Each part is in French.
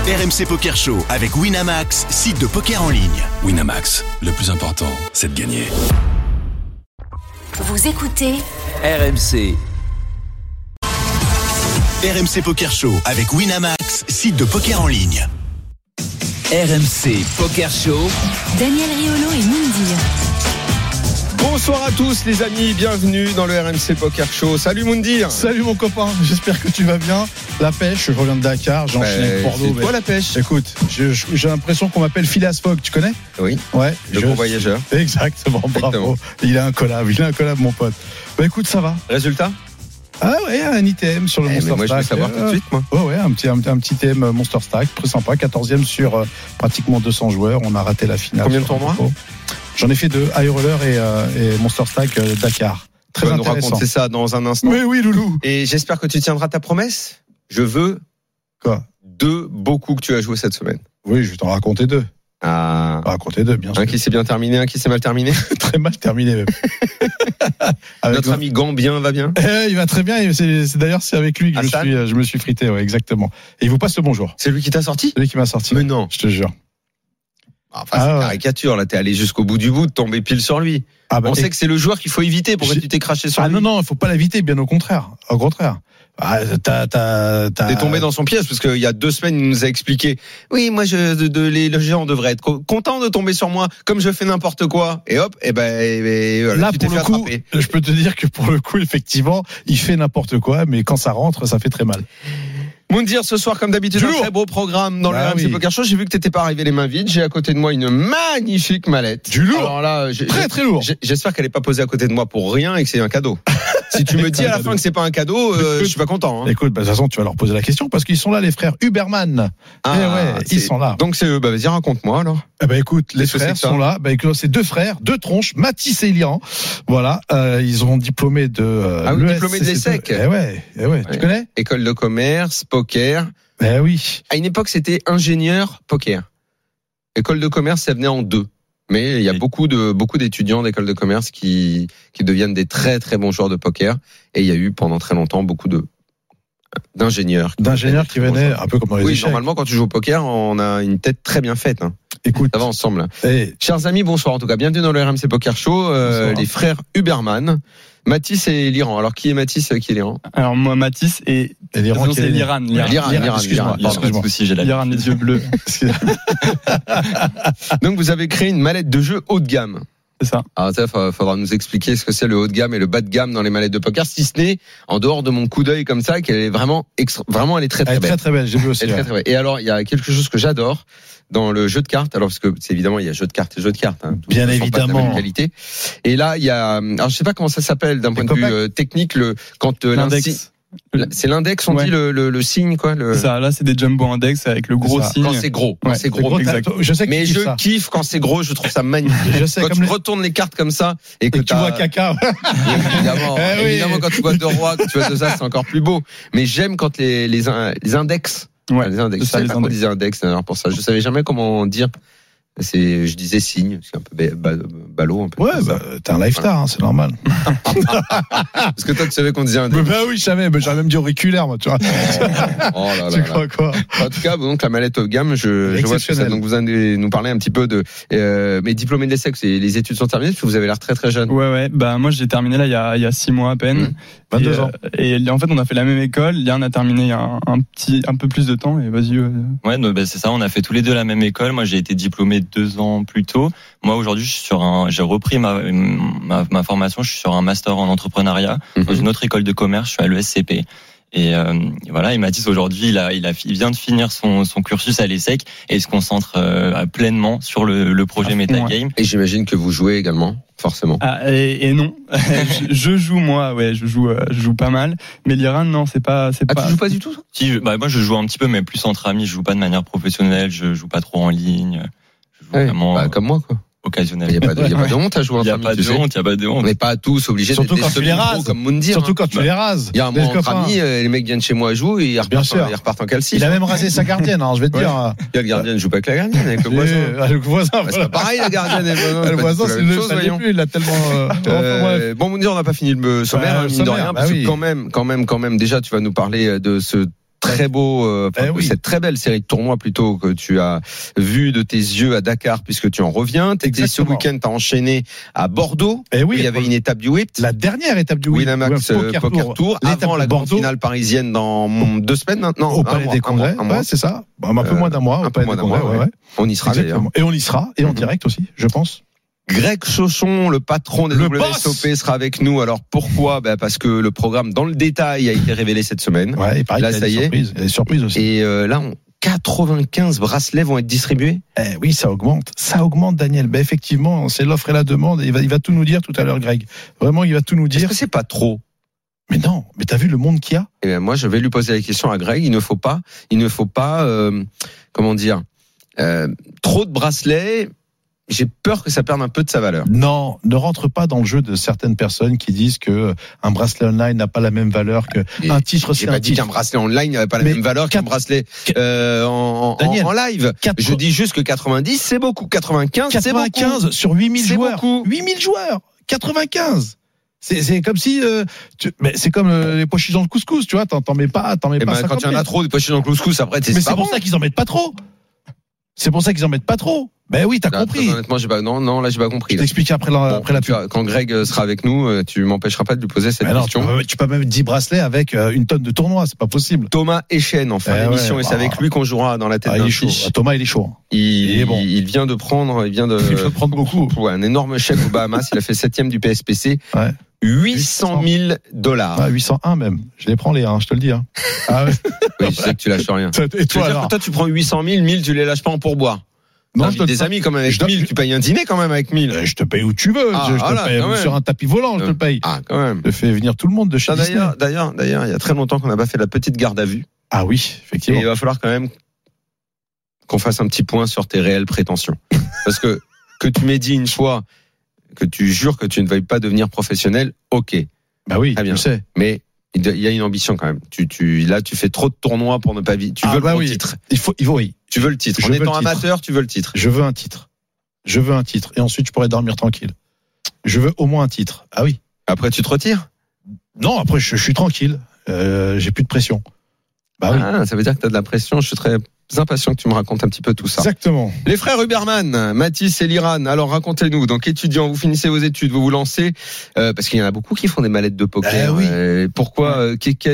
RMC Poker Show avec Winamax, site de poker en ligne. Winamax, le plus important, c'est de gagner. Vous écoutez RMC. RMC Poker Show avec Winamax, site de poker en ligne. RMC Poker Show. Daniel Riolo et Moundir. Bonsoir à tous les amis, bienvenue dans le RMC Poker Show. Salut Moundir. Salut mon copain, j'espère que tu vas bien. La pêche, je reviens de Dakar, j'enchaîne avec Bordeaux. C'est quoi la pêche? Écoute, j'ai l'impression qu'on m'appelle Phileas Fogg, tu connais? Oui. Ouais. Le bon voyageur. Exactement, bravo. Il est incollable mon pote. Bah écoute, ça va. Résultat? Ah ouais, un ITM sur le Monster Stack. Moi je veux savoir tout de suite moi. Ouais, un petit ITM Monster Stack, très sympa, 14e sur pratiquement 200 joueurs. On a raté la finale. Combien de tournois? J'en ai fait 2, High Roller et Monster Stack Dakar. Très tu vas intéressant. nous raconter ça dans un instant. Mais oui, loulou. Et j'espère que tu tiendras ta promesse. Je veux quoi? 2 beaux coups que tu as joué cette semaine. Oui, je vais t'en raconter 2. Ah. Raconter 2, bien sûr. Un qui s'est bien terminé, un qui s'est mal terminé. Très mal terminé même. Notre ami Gambien va bien. Il va très bien. D'ailleurs, c'est avec lui que je me suis frité, ouais, exactement. Et il vous passe le bonjour. C'est lui qui t'a sorti? C'est lui qui m'a sorti. Mais non. Je te jure. Enfin, c'est caricature, là, t'es allé jusqu'au bout du bout, de tomber pile sur lui. On sait que c'est le joueur qu'il faut éviter. Pourquoi tu t'es craché sur lui? Non, il faut pas l'éviter, bien au contraire. Au contraire. T'es tombé dans son piège parce qu'il y a 2 semaines, il nous a expliqué. Oui, moi, les géants devraient être contents de tomber sur moi, comme je fais n'importe quoi. Et hop, voilà, là, tu t'es pour fait le coup, attraper. je peux te dire que pour le coup, effectivement, il fait n'importe quoi, mais quand ça rentre, ça fait très mal. Moundir, ce soir, comme d'habitude, un très beau programme dans le RMC Poker Show. J'ai vu que t'étais pas arrivé les mains vides. J'ai à côté de moi une magnifique mallette. Du lourd. Alors là, très très lourd. J'espère qu'elle est pas posée à côté de moi pour rien et que c'est un cadeau. Si tu me dis à la fin que c'est pas un cadeau, je suis pas content. Hein. Écoute, de toute façon, tu vas leur poser la question parce qu'ils sont là, les frères Huberman. Ils sont là. Donc c'est eux. Vas-y, raconte-moi alors. Écoute, les frères sont là. Écoute, c'est 2 frères, 2 tronches, Mathis et Liran. Voilà, ils ont diplômé de. Diplômé de l'ESSEC. Tu connais? École de commerce, poker. Oui. À une époque, c'était ingénieur poker. École de commerce, ça venait en 2. Mais il y a beaucoup d'étudiants d'école de commerce qui deviennent des très très bons joueurs de poker. Et il y a eu pendant très longtemps beaucoup d'ingénieurs qui venaient un peu comme dans les échecs. Normalement, quand tu joues au poker, on a une tête très bien faite. Hein. Écoute, ça va ensemble. Chers amis, bonsoir en tout cas. Bienvenue dans le RMC Poker Show. Les frères Huberman. Mathis et Liran. Alors, qui est Mathis, qui est Liran? Alors, moi, Mathis et Liran, c'est Liran. Excuse-moi. Liran, les yeux bleus. Donc, vous avez créé une mallette de jeu haut de gamme. C'est ça. Alors, ça, faudra nous expliquer ce que c'est le haut de gamme et le bas de gamme dans les mallettes de poker, si ce n'est, en dehors de mon coup d'œil comme ça, qu'elle est vraiment elle est très très belle. Très belle, j'ai vu aussi. Elle est très belle. Et alors, il y a quelque chose que j'adore dans le jeu de cartes. Alors, parce que c'est évidemment, il y a jeu de cartes et jeu de cartes. Hein, bien évidemment. Pas de la même qualité. Et là, il y a, alors je sais pas comment ça s'appelle d'un point de vue technique, quand l'index. C'est l'index, on dit le signe, quoi. Ça, là, c'est des jumbo index avec le gros signe. Quand c'est gros. Quand c'est gros. Exact. Je sais que mais je kiffe quand c'est gros, je trouve ça magnifique. Quand tu retournes les cartes comme ça, et que tu vois caca. Évidemment, quand tu vois 2 rois, que tu vois 2 as, c'est encore plus beau. Mais j'aime quand les index. Ouais. Les index. Je savais pas qu'on disait index, d'ailleurs, pour ça. Je savais jamais comment dire. Je disais signe, c'est un peu ballot. Un peu t'es un lifestar, c'est normal. Parce que toi, tu savais qu'on disait un. Oui, je savais, mais j'avais même dit auriculaire, moi, tu vois. Oh là là. Tu crois quoi? En tout cas, donc, la mallette haut de gamme, je vois que ça. Donc, vous allez nous parler un petit peu de, mes diplômés de l'ESSEC, les études sont terminées, parce que vous avez l'air très très jeune. Ouais. Moi, j'ai terminé là, il y a 6 mois à peine. 22 ans. Et en fait, on a fait la même école. Yann a terminé il y a un peu plus de temps, et vas-y. Ouais, c'est ça, on a fait tous les 2 la même école. Moi, j'ai été diplômé 2 ans plus tôt. Moi, aujourd'hui, j'ai repris ma formation. Je suis sur un master en entrepreneuriat dans une autre école de commerce. Je suis à l'ESCP. Et voilà, et Mathis aujourd'hui, il vient de finir son cursus à l'ESSEC et il se concentre pleinement sur le projet Metagame. Et j'imagine que vous jouez également, forcément. Et non, je joue moi, je joue pas mal. Mais Liran, non, c'est pas. Tu joues pas du tout? Si, moi je joue un petit peu, mais plus entre amis. Je joue pas de manière professionnelle. Je joue pas trop en ligne. Je joue vraiment comme moi, quoi. Occasionnel. Il y a pas de honte à jouer entre amis. Il y a pas de honte. On n'est pas tous obligés d'être des semi-pros comme Moundir. Surtout quand tu les rases. Il y a un mois entre amis, les mecs viennent chez moi jouer et ils repartent en calci. Il a même rasé sa gardienne, je vais te dire. Le gardien ne joue pas avec la gardienne, avec le voisin. Le voisin. C'est pas pareil, la gardienne et le voisin, c'est le chose, plus, il a tellement. Bon, Moundir, on n'a pas fini le sommaire, mine de rien, parce que quand même, déjà, tu vas nous parler de ce très beau, cette très belle série de tournois plutôt que tu as vu de tes yeux à Dakar puisque tu en reviens. Ce week-end, t'as enchaîné à Bordeaux. Il y avait une étape du WIPT. La dernière étape du WIPT. Winamax Poker Tour. Avant la grande finale parisienne dans 2 semaines maintenant. Au Palais des Congrès. Ouais, c'est ça. Un peu moins d'un mois. Un peu moins d'un mois, ouais. On y sera d'ailleurs. Et on y sera. Et en direct aussi, je pense. Greg Chauchon, le patron des WSOP, sera avec nous. Alors pourquoi ? Parce que le programme dans le détail a été révélé cette semaine. Ouais, il paraît là, ça y est. Il y a des surprises aussi. Et là, 95 bracelets vont être distribués. Oui, ça augmente. Ça augmente, Daniel. Effectivement, c'est l'offre et la demande. Il va tout nous dire tout à l'heure, Greg. Vraiment, il va tout nous dire. Est-ce que c'est pas trop ? Mais non. Mais t'as vu le monde qu'il y a ? Eh bien, moi, je vais lui poser la question à Greg. Il ne faut pas, comment dire, trop de bracelets. J'ai peur que ça perde un peu de sa valeur. Non, ne rentre pas dans le jeu de certaines personnes qui disent que un bracelet online n'a pas la même valeur qu'un titre. J'ai pas dit qu'un bracelet online n'avait pas la même valeur qu'un bracelet en live. Je dis juste que 90 c'est beaucoup, 95 c'est beaucoup. 95 sur 8000 joueurs. Beaucoup. 8000 joueurs, 95. C'est comme si mais c'est comme les pois chiches dans le couscous, tu vois, t'en mets pas quand il y en a trop des pois chiches dans le couscous, après c'est pour ça qu'ils en mettent pas trop. C'est pour ça qu'ils en mettent pas trop. Ben oui, t'as compris. Honnêtement, j'ai pas compris. Je t'explique après la quand Greg sera avec nous, tu m'empêcheras pas de lui poser cette question. Tu peux même 10 bracelets avec une tonne de tournois, c'est pas possible. Thomas Echen, en fin d'émission, et c'est avec lui qu'on jouera dans la tête d'un fiche. Thomas, il est chaud. Il vient de prendre beaucoup. Un énorme chèque aux Bahamas. Il a fait 7e du PSPC. Ouais. $800,000. 801 même. Je les prends les 1, je te le dis. Ah ouais. Oui, je sais que tu lâches rien. Et toi, alors toi, tu prends 800,000, 1000, tu les lâches pas en pourboire. Non, je des amis quand même avec 1000, tu payes un dîner quand même avec 1000. Je te paye où tu veux. Je te paye sur un tapis volant, je te paye. Ah, quand même. Je fais venir tout le monde de chez Disney. D'ailleurs, il y a très longtemps qu'on n'a pas fait la petite garde à vue. Ah oui, effectivement. Et il va falloir quand même qu'on fasse un petit point sur tes réelles prétentions. Parce que tu m'aies dit une fois que tu jures que tu ne veuilles pas devenir professionnel, ok. Bah oui, très bien. Je sais. Mais il y a une ambition quand même. Là, tu fais trop de tournois pour ne pas vivre. Tu veux le titre. Il faut, oui. Tu veux le titre. En étant amateur, tu veux le titre. Je veux un titre. Et ensuite, je pourrais dormir tranquille. Je veux au moins un titre. Ah oui. Après, tu te retires? Non, après, je suis tranquille. J'ai plus de pression. Bah oui. Ça veut dire que tu as de la pression. Je suis très impatient que tu me racontes un petit peu tout ça. Exactement. Les frères Huberman, Mathis et Liran. Alors racontez-nous. Donc étudiants, vous finissez vos études, vous vous lancez parce qu'il y en a beaucoup qui font des mallettes de poker. Oui. Pourquoi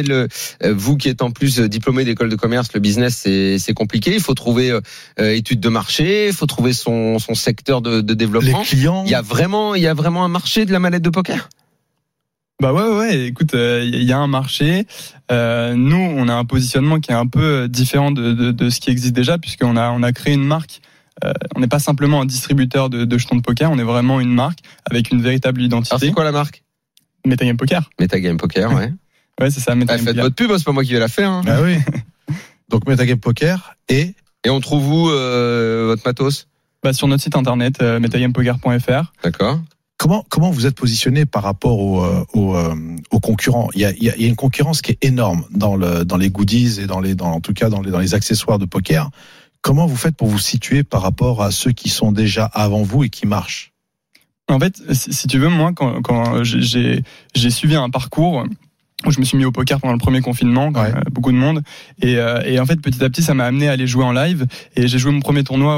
vous qui êtes en plus diplômé d'école de commerce, le business c'est compliqué. Il faut trouver études de marché, il faut trouver son secteur de développement. Les clients. Il y a vraiment un marché de la mallette de poker. Bah ouais, écoute, il y a un marché. Nous, on a un positionnement qui est un peu différent de ce qui existe déjà, puisqu'on a créé une marque. On n'est pas simplement un distributeur de jetons de poker, on est vraiment une marque avec une véritable identité. Alors c'est quoi la marque? Metagame Poker. Metagame Poker, ouais. Ouais, c'est ça, Metagame Poker. Faites votre pub, c'est pas moi qui vais la faire. Hein. Ah oui. Donc Metagame Poker et on trouve où votre matos? Bah sur notre site internet metagamepoker.fr. D'accord. Comment vous êtes positionné par rapport aux concurrents? Il y a une concurrence qui est énorme dans les goodies et en tout cas dans les accessoires de poker. Comment vous faites pour vous situer par rapport à ceux qui sont déjà avant vous et qui marchent? En fait, si tu veux, moi, quand j'ai suivi un parcours où je me suis mis au poker pendant le premier confinement, comme beaucoup de monde, et en fait petit à petit ça m'a amené à aller jouer en live, et j'ai joué mon premier tournoi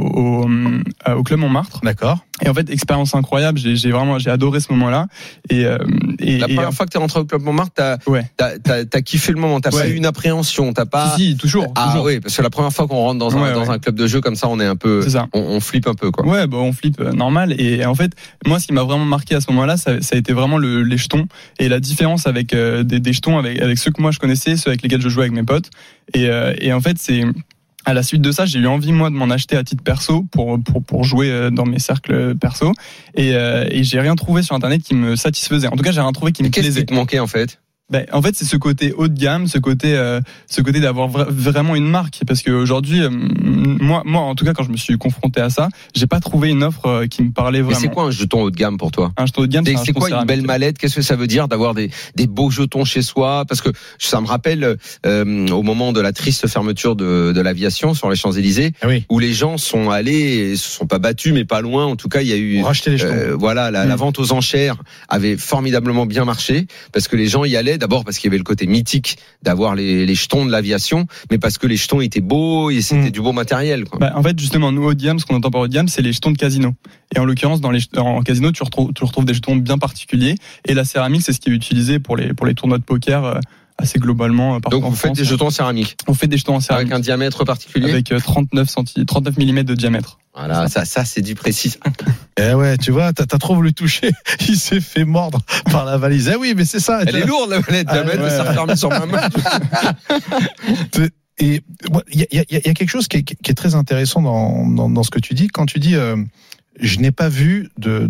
au club Montmartre. D'accord. Et en fait, expérience incroyable, j'ai adoré ce moment-là. Et la première fois que t'es rentré au club Montmartre, t'as kiffé le moment, t'as pas eu une appréhension, t'as pas. Si, toujours. Oui, parce que la première fois qu'on rentre dans un club de jeu comme ça, on est un peu, on flippe un peu, quoi. Ouais, on flippe normal. Et en fait, moi, ce qui m'a vraiment marqué à ce moment-là, ça a été vraiment les jetons et la différence avec des jetons avec ceux que moi je connaissais, ceux avec lesquels je jouais avec mes potes. Et en fait, c'est à la suite de ça, j'ai eu envie moi de m'en acheter à titre perso pour jouer dans mes cercles perso, et j'ai rien trouvé sur internet qui me satisfaisait. En tout cas, j'ai rien trouvé qui me plaisait. Qu'est-ce qui te manquait en fait? En fait, c'est ce côté haut de gamme, ce côté d'avoir vraiment une marque, parce que aujourd'hui, moi, en tout cas, quand je me suis confronté à ça, j'ai pas trouvé une offre qui me parlait vraiment. Mais c'est quoi un jeton haut de gamme pour toi? Un jeton haut de gamme, c'est quoi une belle mallette? Qu'est-ce que ça veut dire d'avoir des beaux jetons chez soi? Parce que ça me rappelle au moment de la triste fermeture de l'aviation sur les Champs-Élysées, où les gens sont allés, et se sont pas battus, mais pas loin. En tout cas, il y a eu racheter les jetons. La vente aux enchères avait formidablement bien marché parce que les gens y allaient plaît. D'abord parce qu'il y avait le côté mythique d'avoir les jetons de l'aviation, mais parce que les jetons étaient beaux et c'était du beau matériel, quoi. En fait, justement, nous, haut de gamme, ce qu'on entend par haut de gamme, c'est les jetons de casino. Et en l'occurrence, en casino, tu retrouves des jetons bien particuliers. Et la céramique, c'est ce qui est utilisé pour les tournois de poker, assez globalement. Donc vous faites des jetons en céramique. On fait des jetons en céramique. Avec un diamètre particulier. Avec 39 mm de diamètre. Voilà, ça c'est du précis. Eh ouais, tu vois, t'as trop voulu toucher. Il s'est fait mordre par la valise. Eh oui, mais c'est ça. Elle est lourde, la manette. La manette, ça referme sur ma main. Et il y a quelque chose qui est très intéressant dans ce que tu dis. Quand tu dis, je n'ai pas vu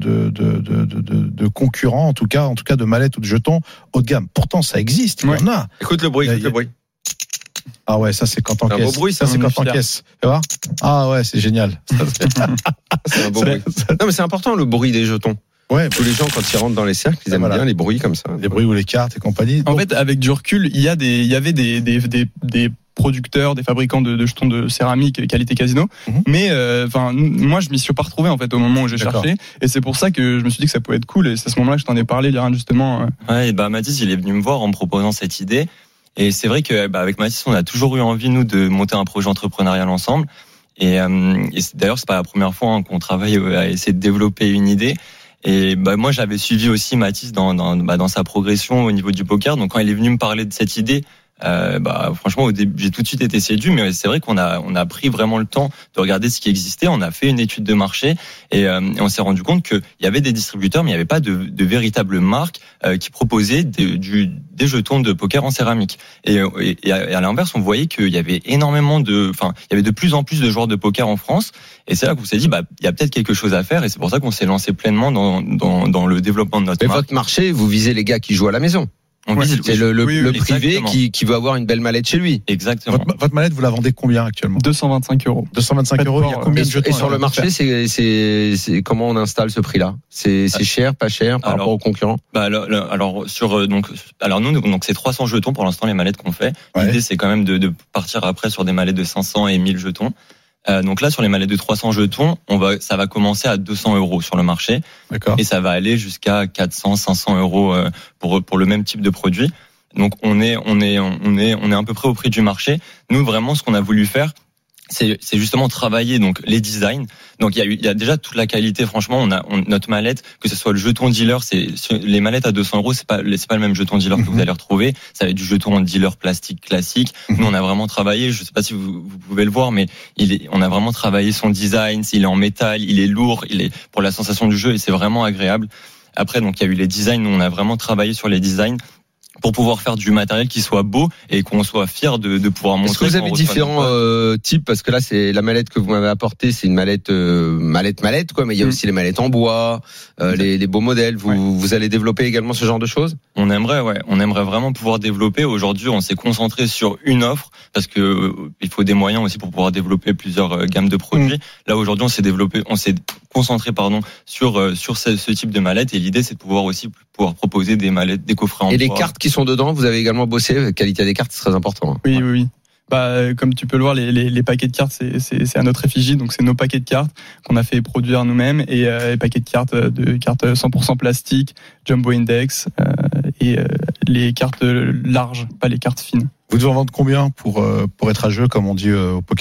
de concurrents, en tout cas de mallettes ou de jetons haut de gamme. Pourtant, ça existe. Il y en a. Écoute le bruit, le bruit. Ah ouais, ça c'est quand en caisse. Un beau bruit, ça c'est quand en caisse. Tu vois ? Ah ouais, c'est génial. C'est un beau bruit. Non mais c'est important le bruit des jetons. Ouais, tous les gens quand ils rentrent dans les cercles, ils aiment bien les bruits comme ça. Les bruits ou les cartes et compagnie. En fait, avec du recul, il y avait des producteurs, des fabricants de jetons de céramique qualité casino, mais moi je m'y suis pas retrouvé en fait au moment où j'ai cherché, et c'est pour ça que je me suis dit que ça pouvait être cool, et c'est à ce moment-là que je t'en ai parlé, Liran, justement. Ouais, et Mathis il est venu me voir en me proposant cette idée, et c'est vrai que avec Mathis on a toujours eu envie nous de monter un projet entrepreneurial ensemble, et d'ailleurs c'est pas la première fois qu'on travaille à essayer de développer une idée. Et moi j'avais suivi aussi Mathis dans sa progression au niveau du poker, donc quand il est venu me parler de cette idée, franchement au début j'ai tout de suite été séduit, mais c'est vrai qu'on a pris vraiment le temps de regarder ce qui existait, on a fait une étude de marché et on s'est rendu compte qu'il y avait des distributeurs mais il n'y avait pas de véritable marque qui proposait des jetons de poker en céramique, et à l'inverse on voyait qu'il y avait énormément il y avait de plus en plus de joueurs de poker en France, et c'est là qu'on s'est dit il y a peut-être quelque chose à faire, et c'est pour ça qu'on s'est lancé pleinement dans le développement de notre marque. Votre marché, vous visez les gars qui jouent à la maison. C'est le privé qui veut avoir une belle mallette chez lui. Exactement. Votre mallette, vous la vendez combien actuellement ? 225 €. 225 €. Il y a combien de jetons ? Et sur le marché, c'est comment on installe ce prix-là ? C'est cher, pas cher par rapport aux concurrents ? Alors nous c'est 300 jetons pour l'instant les mallettes qu'on fait. Ouais. L'idée c'est quand même de partir après sur des mallettes de 500 et 1000 jetons. Donc là, sur les mallettes de 300 jetons, ça va commencer à 200 € sur le marché. D'accord. Et ça va aller jusqu'à 400, 500 € pour le même type de produit. Donc on est à peu près au prix du marché. Nous, vraiment, ce qu'on a voulu faire, c'est justement travailler donc les designs. Donc il y a déjà toute la qualité. Franchement, notre mallette, que ce soit le jeton dealer, les mallettes à 200 €, c'est pas le même jeton dealer que vous allez retrouver. Ça va être du jeton en dealer plastique classique. Nous, on a vraiment travaillé. Je sais pas si vous pouvez le voir, mais on a vraiment travaillé son design. Il est en métal, il est lourd, il est pour la sensation du jeu, et c'est vraiment agréable. Après, donc il y a eu les designs. Nous, on a vraiment travaillé sur les designs pour pouvoir faire du matériel qui soit beau et qu'on soit fier de pouvoir montrer. Est-ce que vous avez différents types, parce que là c'est la mallette que vous m'avez apportée, c'est une mallette quoi, mais il y a aussi les mallettes en bois, les beaux modèles. Vous allez développer également ce genre de choses ? On aimerait vraiment pouvoir développer. Aujourd'hui, on s'est concentré sur une offre parce que il faut des moyens aussi pour pouvoir développer plusieurs gammes de produits. Là aujourd'hui, on s'est concentré sur ce type de mallette, et l'idée c'est de pouvoir proposer des mallettes, des coffrets en bois. Et les cartes qui sont dedans, vous avez également bossé. La qualité des cartes, c'est très important. Oui. Comme tu peux le voir, les paquets de cartes, c'est à notre effigie, donc c'est nos paquets de cartes qu'on a fait produire nous-mêmes, et les paquets de cartes 100% plastique, jumbo index, et les cartes larges, pas les cartes fines. Vous devez en vendre combien pour être à jeu, comme on dit au poker ?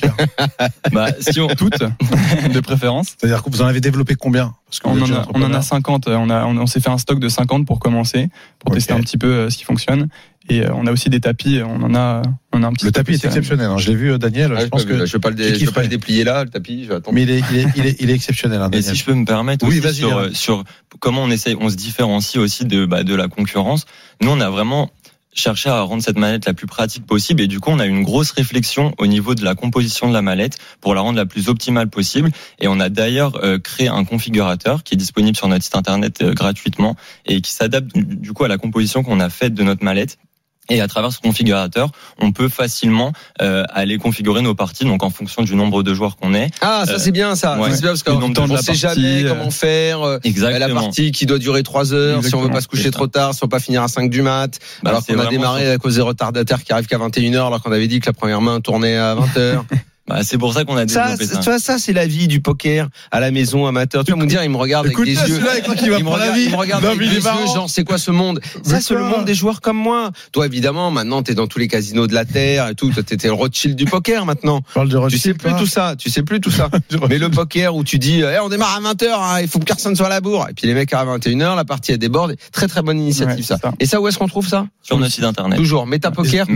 Si on toutes, de préférence. C'est-à-dire que vous en avez développé combien ? Parce que on en a 50. On s'est fait un stock de 50 pour commencer, pour tester un petit peu ce qui fonctionne. Et on a aussi des tapis. On a un petit. Le tapis est exceptionnel. Je l'ai vu, Daniel. Je pense que je vais pas le déplier là, le tapis. Mais il est exceptionnel. Et si je peux me permettre aussi sur comment on se différencie aussi de la concurrence. Nous, on a vraiment chercher à rendre cette mallette la plus pratique possible, et du coup on a une grosse réflexion au niveau de la composition de la mallette pour la rendre la plus optimale possible, et on a d'ailleurs créé un configurateur qui est disponible sur notre site internet gratuitement et qui s'adapte du coup à la composition qu'on a faite de notre mallette. Et à travers ce configurateur, on peut facilement aller configurer nos parties, donc en fonction du nombre de joueurs qu'on est. Ah, ça c'est bien ça. Ouais. C'est bien parce qu'on ne sait jamais comment faire. La partie qui doit durer 3 heures, si on veut pas se coucher trop tard, si on veut pas finir à 5 du mat, alors qu'on a démarré à cause des retardataires qui arrivent qu'à 21h, alors qu'on avait dit que la première main tournait à 20h. Bah, c'est pour ça qu'on a développé ça. Tu vois, ça, c'est la vie du poker à la maison, amateur. Tu vas me dire, il me regarde avec des yeux. Il me regarde avec des yeux, genre, c'est quoi ce monde? Ça, c'est le monde des joueurs comme moi. Toi, évidemment, maintenant, t'es dans tous les casinos de la Terre et tout. Toi, t'es le Rothschild du poker maintenant. Tu sais plus tout ça. Mais le poker où tu dis, on démarre à 20h, hein, il faut que personne soit à la bourre. Et puis les mecs arrivent à 21h, la partie elle déborde. Très très bonne initiative, ça. Et ça, où est-ce qu'on trouve ça? Sur notre site internet. Toujours, metapoker.fr.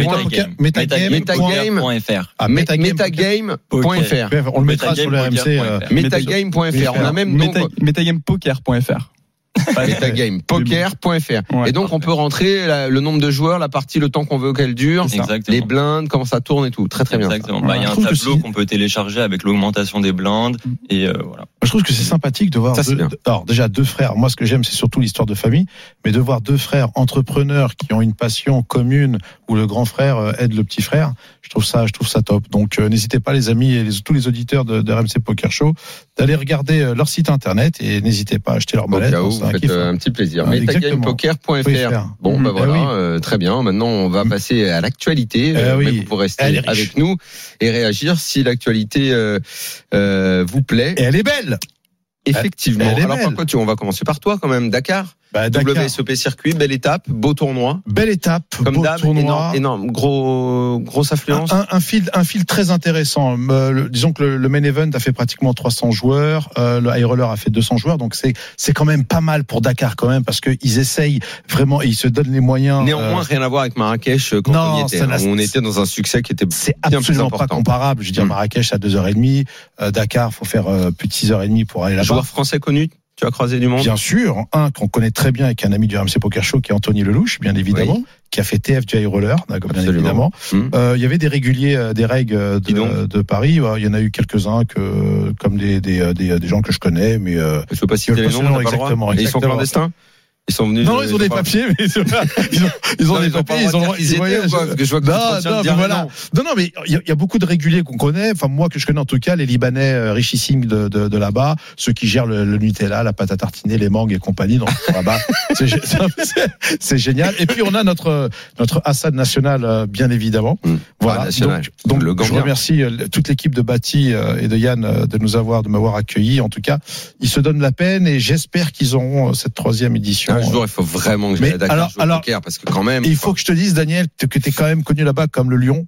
Metagame.fr. On le mettra sur le RMC. Metagame.fr. On a même Metagamepoker.fr. Metagamepoker.fr. Et donc on peut rentrer le nombre de joueurs, la partie, le temps qu'on veut qu'elle dure, les blindes, comment ça tourne et tout. Très très bien. Exactement. Il y a un tableau qu'on peut télécharger avec l'augmentation des blindes et voilà. Je trouve que c'est sympathique de voir alors déjà deux frères. Moi, ce que j'aime, c'est surtout l'histoire de famille, mais de voir deux frères entrepreneurs qui ont une passion commune où le grand frère aide le petit frère. Je trouve ça top. Donc n'hésitez pas, les amis et tous les auditeurs de RMC Poker Show, d'aller regarder leur site internet et n'hésitez pas à acheter leur mallette. Vous faites un petit plaisir. Metagamepoker.fr. Bon, bah voilà, très bien. Maintenant, on va passer à l'actualité. Vous pourrez rester avec nous et réagir si l'actualité vous plaît. Et elle est belle. Effectivement. Alors pourquoi on va commencer par toi quand même, Dakar. WSOP circuit, belle étape, beau tournoi. Belle étape, comme beau d'hab, tournoi. énorme, grosse affluence. Un fil très intéressant. Disons que le main event a fait pratiquement 300 joueurs, le high roller a fait 200 joueurs, donc c'est quand même pas mal pour Dakar quand même, parce que ils essayent vraiment et ils se donnent les moyens. Néanmoins, rien à voir avec Marrakech quand on y était. On était dans un succès qui était c'est absolument pas comparable. Je veux dire, Marrakech à 2h30, Dakar, faut faire plus de 6h30 pour aller là-bas. Joueur français connu. Tu as croisé du monde? Bien sûr, un qu'on connaît très bien avec un ami du RMC Poker Show qui est Anthony Lelouch, bien évidemment, qui a fait TF du high roller, bien évidemment. Il y avait des réguliers, des règles de Paris. Il y en a eu quelques-uns comme des gens que je connais, mais je peux pas citer les noms, exactement. Ils sont clandestins. Ils sont venus. Non, ils ont des papiers, mais ils ont des papiers. Ils voyagent. Parce que je vois que non, mais il y a beaucoup de réguliers qu'on connaît. Enfin, moi que je connais en tout cas, les Libanais richissimes de là-bas, ceux qui gèrent le Nutella, la pâte à tartiner, les mangues et compagnie. Donc là-bas, c'est génial. Et puis on a notre Assad national, bien évidemment. Voilà. Donc je remercie toute l'équipe de Bati et de Yann de m'avoir accueilli. En tout cas, ils se donnent la peine et j'espère qu'ils auront cette 3e édition. Un jour, il faut vraiment que j'aille à Dakar jouer au poker, parce que quand même. Il faut que je te dise, Daniel, que t'es quand même connu là-bas comme le lion.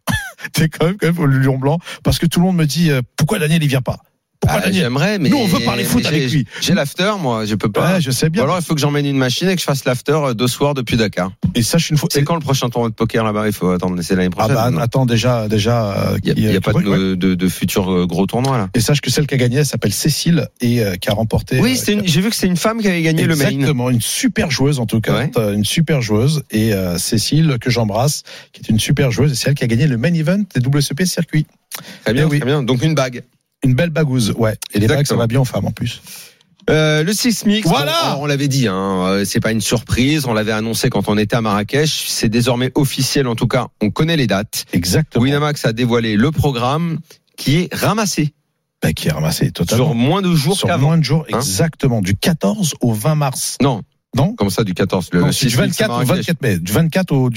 T'es quand même le lion blanc, parce que tout le monde me dit pourquoi Daniel il vient pas. J'aimerais, mais nous on veut parler foot avec lui. J'ai l'after, moi, je peux pas. Ouais, je sais bien. Ou alors il faut que j'emmène une machine et que je fasse l'after 2 soirs depuis Dakar. Et sache une fois. C'est quand le prochain tournoi de poker là-bas? Il faut attendre, c'est l'année prochaine. Attends déjà. Il y a pas de futur gros tournoi là. Et sache que celle qui a gagné, elle s'appelle Cécile et qui a remporté. Oui, j'ai vu que c'est une femme qui avait gagné le main. Exactement, une super joueuse en tout cas, une super joueuse et Cécile que j'embrasse, qui est une super joueuse et c'est elle qui a gagné le main event des WSOP circuit. Très bien. Donc une bague. Une belle bagouze, ouais. Et les bagues, ça va bien aux femmes en plus. Le Sismix, voilà. On l'avait dit, c'est pas une surprise, on l'avait annoncé quand on était à Marrakech, c'est désormais officiel, en tout cas, on connaît les dates. Exactement. Winamax a dévoilé le programme qui est ramassé. Qui est ramassé totalement. Sur moins de jours qu'avant. Sur moins de jours, exactement. Du 14 au 20 mars. Non. Comme ça, du 14. Du 24 au 24 mai. Du 24 au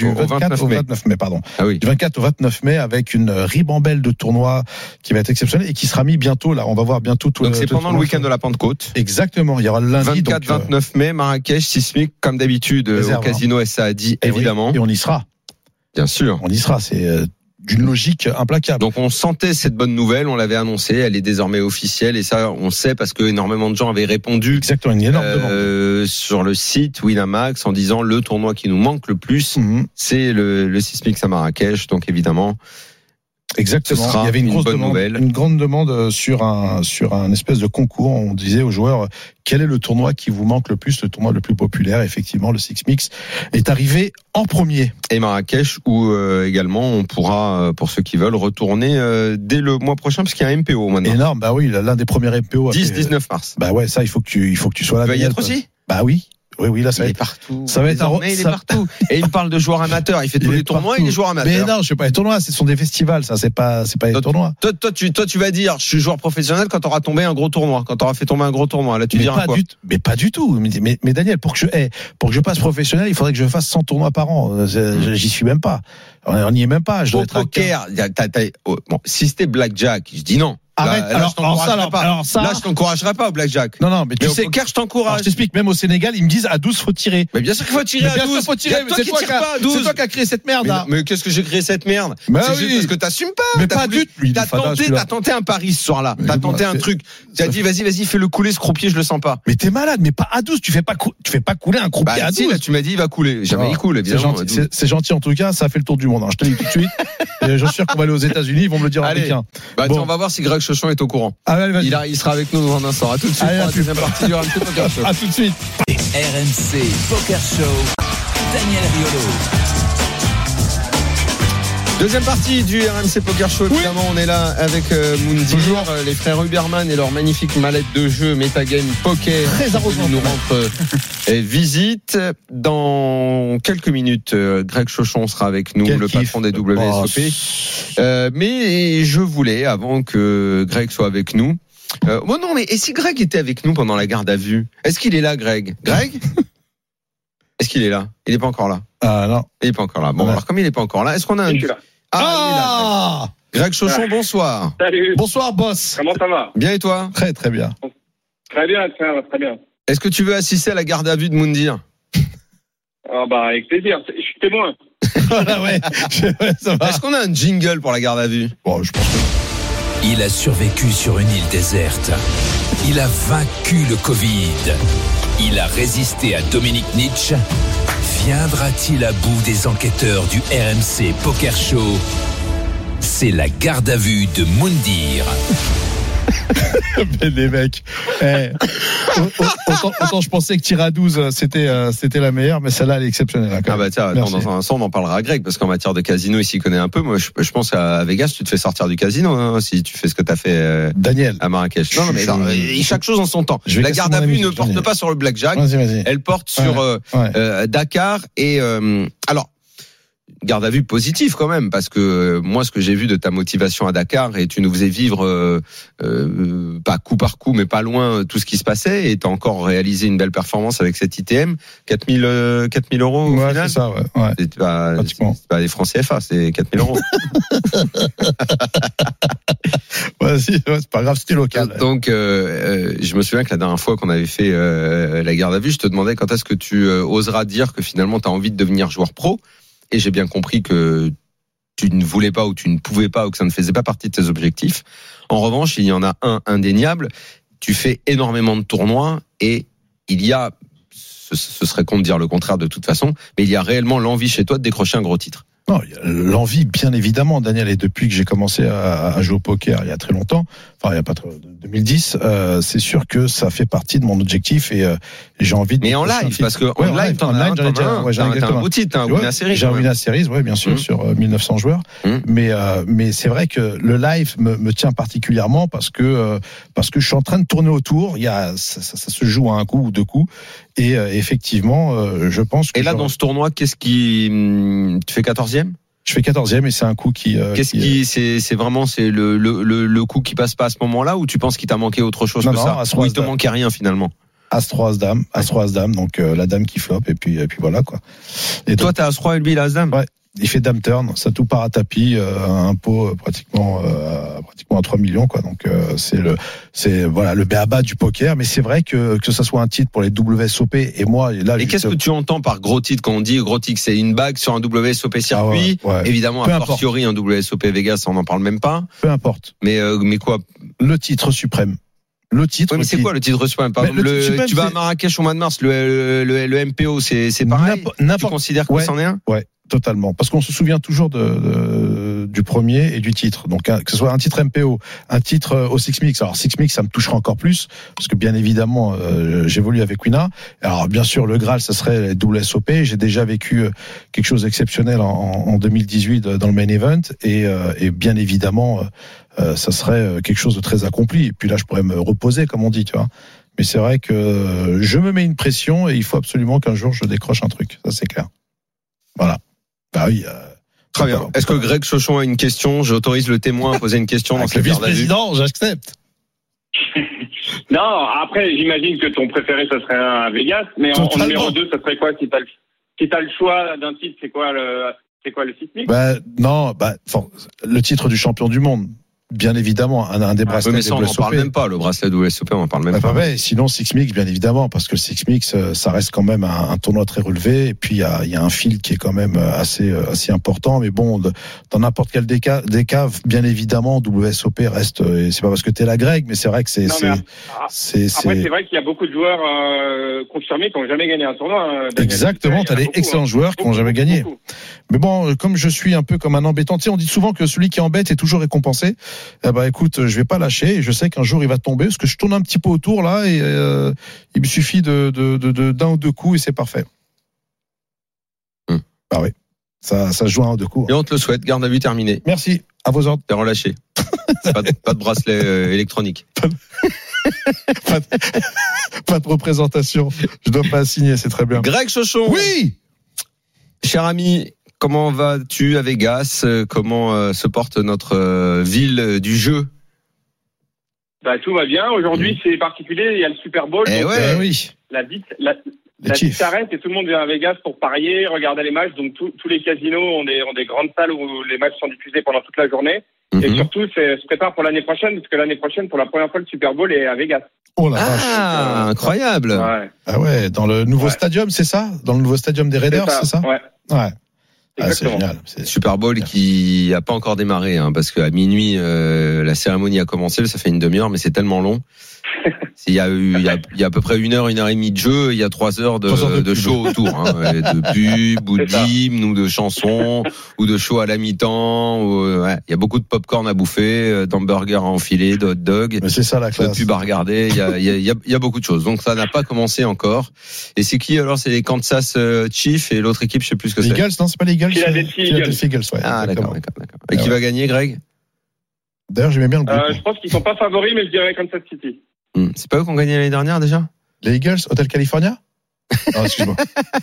29 mai, pardon. Ah oui. Du 24 au 29 mai avec une ribambelle de tournois qui va être exceptionnelle et qui sera mis bientôt, là. On va voir bientôt tout. Donc c'est pendant le week-end de la Pentecôte. Exactement. Il y aura le lundi. 24, 29 mai, Marrakech, Sismic, comme d'habitude, au casino Saadi, évidemment. Et on y sera. Bien sûr. On y sera. C'est d'une logique implacable. Donc on sentait cette bonne nouvelle, on l'avait annoncée, elle est désormais officielle et ça on sait parce que énormément de gens avaient répondu. Exactement, une énorme demande sur le site Winamax en disant le tournoi qui nous manque le plus, c'est le Sismix à Marrakech, donc évidemment. Exactement. Il y avait une grande demande sur un espèce de concours. On disait aux joueurs quel est le tournoi qui vous manque le plus, le tournoi le plus populaire. Effectivement, le Six Mix est arrivé en premier. Et Marrakech, où également on pourra, pour ceux qui veulent, retourner dès le mois prochain, parce qu'il y a un MPO maintenant. Énorme, bah oui, l'un des premiers MPO. 10-19 mars. Bah ouais, ça il faut que tu sois là. Tu vas y être aussi ? Bah oui. Oui, là, Il est partout. ça va être Désormais, il est partout. Et il me parle de joueurs amateurs. Il fait tous les tournois, il est joueur amateur. Mais non, je sais pas les tournois, ce sont des festivals, ça, c'est pas les tournois. Toi, tu vas dire, je suis joueur professionnel quand t'auras tombé un gros tournoi, quand t'auras fait tomber un gros tournoi. Là, tu diras quoi? Mais pas du tout. Mais Daniel, pour que je passe professionnel, il faudrait que je fasse 100 tournois par an. J'y suis même pas. On n'y est même pas. Je dois Au être à poker, bon, si c'était blackjack, je dis non. Arrête. Là, je t'encouragerai pas. Là, je t'encouragerai pas au blackjack. Non, mais tu au sais. poker, je Alors, t'encourage. je t'explique, même au Sénégal, ils me disent à 12, faut tirer. Mais bien sûr qu'il faut tirer à 12. Faut tirer, mais c'est toi qui a créé cette merde, là. Mais qu'est-ce que j'ai créé cette merde? Mais C'est oui. juste parce que t'assumes pas. Mais pas du tout. T'as tenté un pari ce soir-là. T'as tenté un truc. Tu as dit, vas-y, fais-le couler ce croupier, je le sens pas. Mais t'es malade, mais pas à 12. Tu fais pas couler un croupier à 12. Là, tu m'as dit, il va couler. Jamais il coule, évidemment. C'est gentil, en tout cas, ça a fait le tour du monde. Je te le dis tout de suite. Et je suis sûr qu'on va aller aux États-Unis, ils vont me le dire en pékin. On va voir si Greg Chauchon est au courant. Il sera avec nous dans un instant. À tout de suite pour la deuxième partie du RMC Poker Show. À tout de suite. RMC Poker Show. Daniel Riolo. Deuxième partie du RMC Poker Show. Évidemment, on est là avec Moundir, les frères Huberman et leur magnifique mallette de jeu Metagame Poker. Très arrogant. Nous rentrent visite. Dans quelques minutes, Greg Chauchon sera avec nous, le patron des WSOP. Mais je voulais, avant que Greg soit avec nous, non, mais et si Greg était avec nous pendant la garde à vue? Est-ce qu'il est là, Greg? Est-ce qu'il est là? Il n'est pas encore là. Ah non. Il n'est pas encore là. Bon, alors comme il n'est pas encore là, est-ce qu'on a un... Je suis là. Il est là, Greg Chauchon, bonsoir. Salut. Bonsoir, boss. Comment ça va? Bien et toi? Très, très bien. Très bien, très bien. Est-ce que tu veux assister à la garde à vue de Moundir? Avec plaisir. Je suis témoin. Ouais, ça va. Est-ce qu'on a un jingle pour la garde à vue? Bon, je pense que... Il a survécu sur une île déserte. Il a vaincu le Covid. Il a résisté à Dominique Nietzsche. Viendra-t-il à bout des enquêteurs du RMC Poker Show? C'est la garde à vue de Moundir. Mais les mecs, autant je pensais que tirer à 12 c'était la meilleure, mais celle-là elle est exceptionnelle. Tiens, dans un instant on en parlera à Greg, parce qu'en matière de casino il s'y connaît un peu. Moi je pense à Vegas, tu te fais sortir du casino si tu fais ce que t'as fait Daniel à Marrakech. Non, mais chaque chose en son temps. La garde à vue ne porte pas sur le blackjack. Vas-y. Elle porte sur Dakar et alors garde à vue positif quand même, parce que moi ce que j'ai vu de ta motivation à Dakar, et tu nous faisais vivre pas coup par coup mais pas loin tout ce qui se passait, et t'as encore réalisé une belle performance avec cette ITM. 4000 euros au final. C'est ça, ouais. C'est pas des francs CFA, c'est 4000 euros. C'est pas grave, c'était local. Donc je me souviens que la dernière fois qu'on avait fait la garde à vue, je te demandais quand est-ce que tu oseras dire que finalement t'as envie de devenir joueur pro. Et j'ai bien compris que tu ne voulais pas, ou tu ne pouvais pas, ou que ça ne faisait pas partie de tes objectifs. En revanche, il y en a un indéniable. Tu fais énormément de tournois, et il y a, ce serait con de dire le contraire de toute façon, mais il y a réellement l'envie chez toi de décrocher un gros titre. Non, l'envie, bien évidemment, Daniel, et depuis que j'ai commencé à jouer au poker il y a très longtemps, enfin il y a pas trop, 2010, c'est sûr que ça fait partie de mon objectif, et j'ai envie de... Mais en live, parce que en live, t'as un beau titre, t'as un Winner Series. J'ai un Winner Series, ouais, bien sûr, sur 1900 joueurs. Mais c'est vrai que le live me tient particulièrement parce que je suis en train de tourner autour. Ça se joue à un coup ou deux coups, et effectivement, je pense que... Et là, dans ce tournoi, qu'est-ce qui... Tu fais 14e? Je fais 14e, et c'est un coup qui... c'est vraiment le coup qui passe pas à ce moment-là, ou tu penses qu'il t'a manqué autre chose que ça? Ou il te manquait rien finalement? As-3 As-dame, donc la dame qui floppe, et puis voilà quoi. Et toi, t'as As-3 et lui, il a As-dame? Ouais. Il fait dame turn, ça tout part à tapis, un pot pratiquement à 3 millions quoi. Donc c'est le b.a.-ba du poker, mais c'est vrai que ça soit un titre pour les WSOP, et moi là. Et qu'est-ce que tu entends par gros titre quand on dit gros titre? C'est une bague sur un WSOP circuit, évidemment, a fortiori un WSOP Vegas, on n'en parle même pas. Peu importe. Mais quoi? Le titre suprême. Le titre. Oui, mais c'est quoi le titre suprême? Par exemple, tu vas à Marrakech au mois de mars, le MPO, c'est pareil. Tu considères que c'en est un? Ouais. Totalement, parce qu'on se souvient toujours du premier et du titre. Donc que ce soit un titre MPO, un titre au Six Mix. Alors Six Mix, ça me touchera encore plus, parce que bien évidemment, j'évolue avec Wina. Alors bien sûr, le Graal, ça serait les WSOP. J'ai déjà vécu quelque chose d'exceptionnel en 2018 dans le main event, et bien évidemment, ça serait quelque chose de très accompli. Et puis là, je pourrais me reposer, comme on dit, tu vois. Mais c'est vrai que je me mets une pression et il faut absolument qu'un jour je décroche un truc. Ça, c'est clair. Voilà. Bah oui. Très bien. Est-ce que Greg Chauchon a une question? J'autorise le témoin à poser une question dans le vice-président, j'accepte. Non, après, j'imagine que ton préféré, ça serait un Vegas, mais en numéro 2, ça serait quoi si t'as le choix d'un titre, c'est quoi le Sismic? Le titre du champion du monde. Bien évidemment, un des bracelets. Mais ça, on n'en parle même pas. Le bracelet WSOP, on n'en parle même pas. Ouais, sinon, Six Mix, bien évidemment, parce que Six Mix, ça reste quand même un tournoi très relevé. Et puis, il y a un fil qui est quand même assez important. Mais bon, dans n'importe quel des cas, bien évidemment, WSOP reste, et c'est pas parce que t'es la Greg, mais c'est vrai que Après, c'est vrai qu'il y a beaucoup de joueurs confirmés qui n'ont jamais gagné un tournoi. Exactement, t'as des excellents joueurs qui n'ont jamais gagné. Mais bon, comme je suis un peu comme un embêtant, tu sais, on dit souvent que celui qui embête est toujours récompensé. Eh ben, écoute, je vais pas lâcher et je sais qu'un jour il va tomber parce que je tourne un petit peu autour là et il me suffit d'un ou deux coups et c'est parfait. Ah oui, ça se joue à un ou deux coups. Et on te le souhaite, garde à vue terminé. Merci, à vos ordres. T'es relâché. pas de bracelet électronique. Pas de représentation. Je dois pas signer, c'est très bien. Greg Chauchon. Oui. Cher ami, comment vas-tu à Vegas? Comment se porte notre ville du jeu? Bah, tout va bien. Aujourd'hui, c'est particulier. Il y a le Super Bowl. Oui. La vie s'arrête et tout le monde vient à Vegas pour parier, regarder les matchs. Donc, tous les casinos ont des grandes salles où les matchs sont diffusés pendant toute la journée. Et surtout, se prépare pour l'année prochaine, parce que l'année prochaine, pour la première fois, le Super Bowl est à Vegas. Oh la vache. Incroyable. Ouais. Ah ouais, dans le nouveau stadium, c'est ça? Dans le nouveau stadium des Raiders, c'est ça? Ouais. Ah, c'est génial. Super Bowl qui a pas encore démarré, parce qu'à minuit, la cérémonie a commencé, ça fait une demi-heure, mais c'est tellement long. Il y a à peu près 1 heure et demie de jeu, il y a 3 heures de show autour, de pub ou d'hymne ou de chansons ou de show à la mi-temps. Il y a beaucoup de popcorn à bouffer, d'hamburgers à enfiler, de hot dog. Mais c'est ça la classe. De pub à regarder. Il y a beaucoup de choses. Donc ça n'a pas commencé encore. Et c'est qui alors? C'est les Kansas Chiefs et l'autre équipe, je sais plus ce que c'est. Les Eagles, non, c'est pas les Eagles. Philadelphia Eagles, ouais. Ah d'accord. Et qui va gagner, Greg? D'ailleurs, j'aimais bien le groupe. Je pense qu'ils sont pas favoris, mais je dirais Kansas City. C'est pas eux qui ont gagné l'année dernière déjà? Les Eagles, Hotel California? Non, excuse-moi.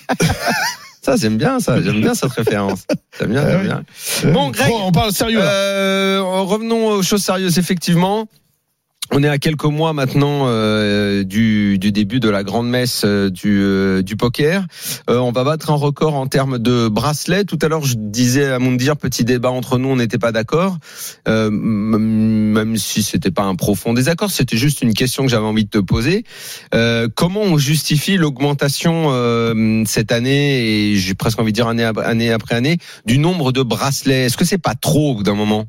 Ça, j'aime bien cette référence. J'aime bien. Bon, Greg. On parle sérieux. Revenons aux choses sérieuses, effectivement. On est à quelques mois maintenant du début de la grande messe du poker. On va battre un record en termes de bracelets. Tout à l'heure, je disais à Moundir, petit débat entre nous, on n'était pas d'accord. Même si c'était pas un profond désaccord, c'était juste une question que j'avais envie de te poser. Comment on justifie l'augmentation cette année, et j'ai presque envie de dire année après année, du nombre de bracelets? Est-ce que c'est pas trop au bout d'un moment?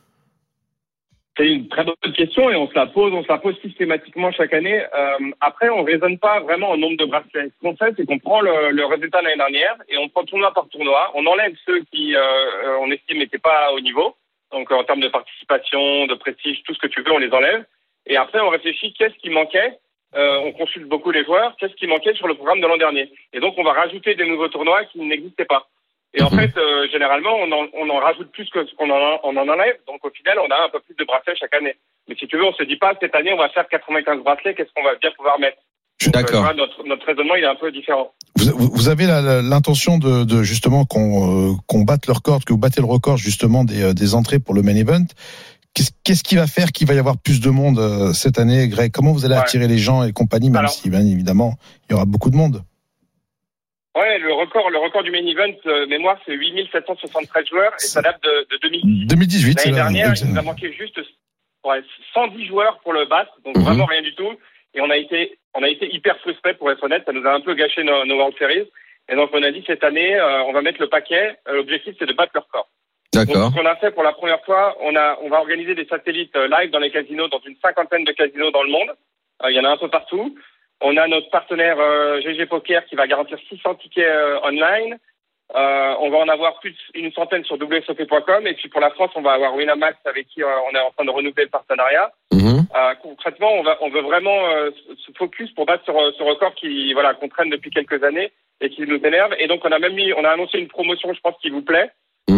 C'est une très bonne question et on se la pose systématiquement chaque année. Après, on raisonne pas vraiment au nombre de bracelets. Ce qu'on fait, c'est qu'on prend le résultat de l'année dernière et on prend tournoi par tournoi. On enlève ceux qui, on estime, n'étaient pas au niveau. Donc, en termes de participation, de prestige, tout ce que tu veux, on les enlève. Et après, on réfléchit qu'est-ce qui manquait. On consulte beaucoup les joueurs. Qu'est-ce qui manquait sur le programme de l'an dernier? Et donc, on va rajouter des nouveaux tournois qui n'existaient pas. Et en fait, généralement, on en rajoute plus que ce qu'on en enlève. Donc, au final, on a un peu plus de bracelets chaque année. Mais si tu veux, on se dit pas, cette année, on va faire 95 bracelets, qu'est-ce qu'on va bien pouvoir mettre? Donc, d'accord. Notre raisonnement, il est un peu différent. Vous avez l'intention de justement qu'on batte le record, que vous battez le record, justement, des entrées pour le main event. Qu'est-ce qui va faire qu'il va y avoir plus de monde cette année, Greg? Comment vous allez attirer les gens et compagnie, même si, bien évidemment, il y aura beaucoup de monde? Ouais, le record du main event, mémoire, c'est 8773 joueurs et ça date de 2018. 2018, l'année dernière, il nous a manqué juste 110 joueurs pour le battre, donc vraiment rien du tout. Et on a été hyper frustrés, pour être honnête, ça nous a un peu gâché nos World Series. Et donc on a dit cette année, on va mettre le paquet. L'objectif, c'est de battre le record. D'accord. Donc ce qu'on a fait pour la première fois, on va organiser des satellites live dans les casinos, dans une 50aine de casinos dans le monde. Il y en a un peu partout. On a notre partenaire GG Poker qui va garantir 600 tickets online. On va en avoir plus d'une centaine sur WSOP.com. Et puis pour la France, on va avoir Winamax avec qui on est en train de renouveler le partenariat. Concrètement, on veut vraiment se focus pour battre ce record qu'on traîne depuis quelques années et qui nous énerve. Et donc on a annoncé une promotion, je pense, qui vous plaît.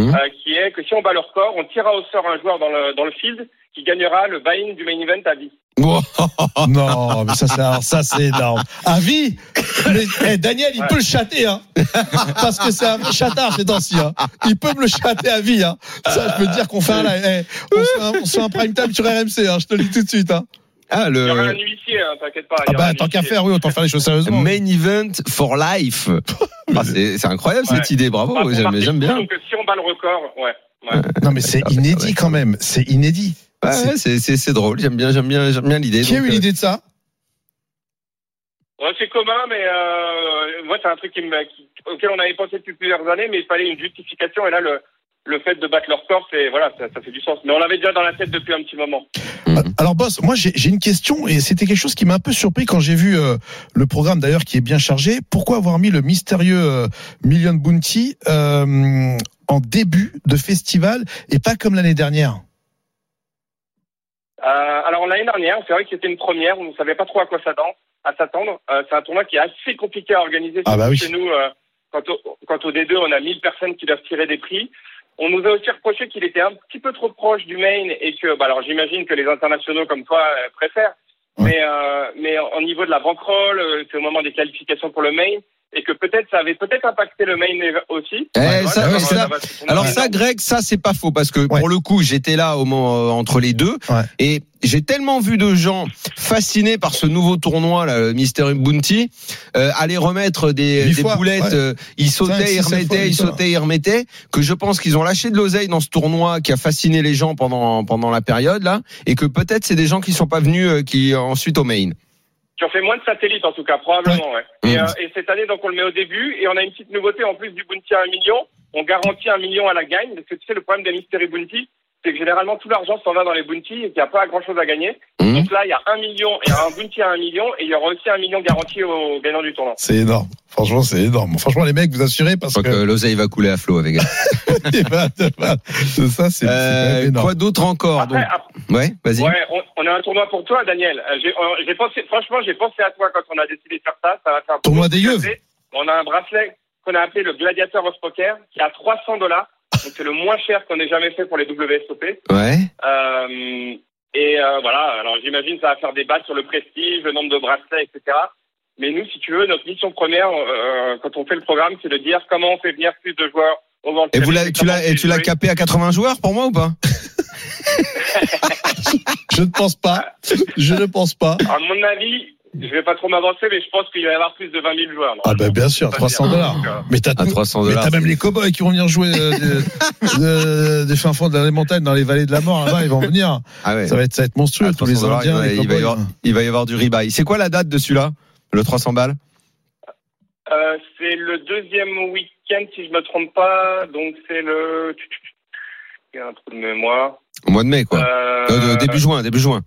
qui est que si on bat le record, on tirera au sort un joueur dans le field qui gagnera le buy-in du main event à vie. Non, mais ça c'est énorme. À vie. Mais Daniel, il peut le chatter, hein. Parce que c'est un chatard ces temps-ci, hein. Il peut me le chatter à vie, hein. Ça, je peux te dire qu'on fait on se fait un prime time sur RMC, hein. Je te le dis tout de suite, hein. Il y aura un huissier, hein, t'inquiète pas. Tant qu'à faire, oui, autant faire les choses sérieusement. Main event for life. C'est incroyable cette idée, bravo. J'aime bien. Donc si on bat le record, ouais. Non, mais c'est inédit quand même. C'est inédit. Ouais, c'est drôle. J'aime bien l'idée. Qui a eu l'idée de ça? Ouais, c'est commun, mais moi c'est un truc auquel on avait pensé depuis plusieurs années, mais il fallait une justification. Et là, le fait de battre leur record, ça fait du sens. Mais on l'avait déjà dans la tête depuis un petit moment. Alors boss, moi j'ai une question et c'était quelque chose qui m'a un peu surpris quand j'ai vu le programme d'ailleurs qui est bien chargé. Pourquoi avoir mis le mystérieux Million Bounty en début de festival et pas comme l'année dernière? Alors l'année dernière, c'est vrai que c'était une première, on ne savait pas trop à quoi s'attendre. C'est un tournoi qui est assez compliqué à organiser. Chez nous, quant au D2, on a 1000 personnes qui doivent tirer des prix. On nous a aussi reproché qu'il était un petit peu trop proche du main et que, alors j'imagine que les internationaux comme toi préfèrent, mais au niveau de la bankroll, c'est au moment des qualifications pour le main. Et que peut-être ça avait impacté le main aussi. Alors Greg, ça c'est pas faux parce que pour le coup j'étais là entre les deux et j'ai tellement vu de gens fascinés par ce nouveau tournoi là, le Mystery Bounty, aller remettre des boulettes, ils sautaient, ils remettaient, que je pense qu'ils ont lâché de l'oseille dans ce tournoi qui a fasciné les gens pendant la période là, et que peut-être c'est des gens qui sont pas venus qui ensuite au main. Qui ont fait moins de satellites en tout cas, probablement, Et cette année, donc on le met au début, et on a une petite nouveauté en plus du bounty à 1 million. On garantit 1 million à la gagne, parce que tu sais, le problème des Mystery Bounty, c'est que généralement tout l'argent s'en va dans les bounties et qu'il n'y a pas grand chose à gagner. Donc là, il y a 1 million, il y a un bounty à 1 million, et il y aura aussi 1 million garanti aux gagnants du tournoi. C'est énorme. Franchement, c'est énorme. Franchement, les mecs, vous assurez parce que l'oseille va couler à flot avec elle. Ça, c'est énorme. Quoi d'autre encore? Après, ouais, vas-y. Ouais, on a un tournoi pour toi, Daniel. J'ai pensé à toi quand on a décidé de faire ça. Ça va faire un tournoi des yeux. On a un bracelet qu'on a appelé le Gladiator of Poker, qui est à $300. Donc c'est le moins cher qu'on ait jamais fait pour les WSOP. Ouais. Voilà. Alors j'imagine ça va faire débat sur le prestige, le nombre de bracelets, etc. Mais nous, si tu veux, notre mission première, quand on fait le programme, c'est de dire comment on fait venir plus de joueurs au World Series. Et tu l'as capé à 80 joueurs pour moi ou pas? Je ne pense pas. À mon avis, je vais pas trop m'avancer, mais je pense qu'il va y avoir plus de 20 000 joueurs. Bien sûr, $300. Mais t'as même les cow-boys qui vont venir jouer des fins fonds de la montagne dans les vallées de la mort là-bas, ils vont venir. Ça va être monstrueux. Tous les Indiens, il va y avoir du rebuy. C'est quoi la date de celui-là? Le 300 balles? C'est le deuxième week-end, si je me trompe pas. Donc c'est le. Il y a un trou de mémoire. Au mois de mai, quoi. Début juin.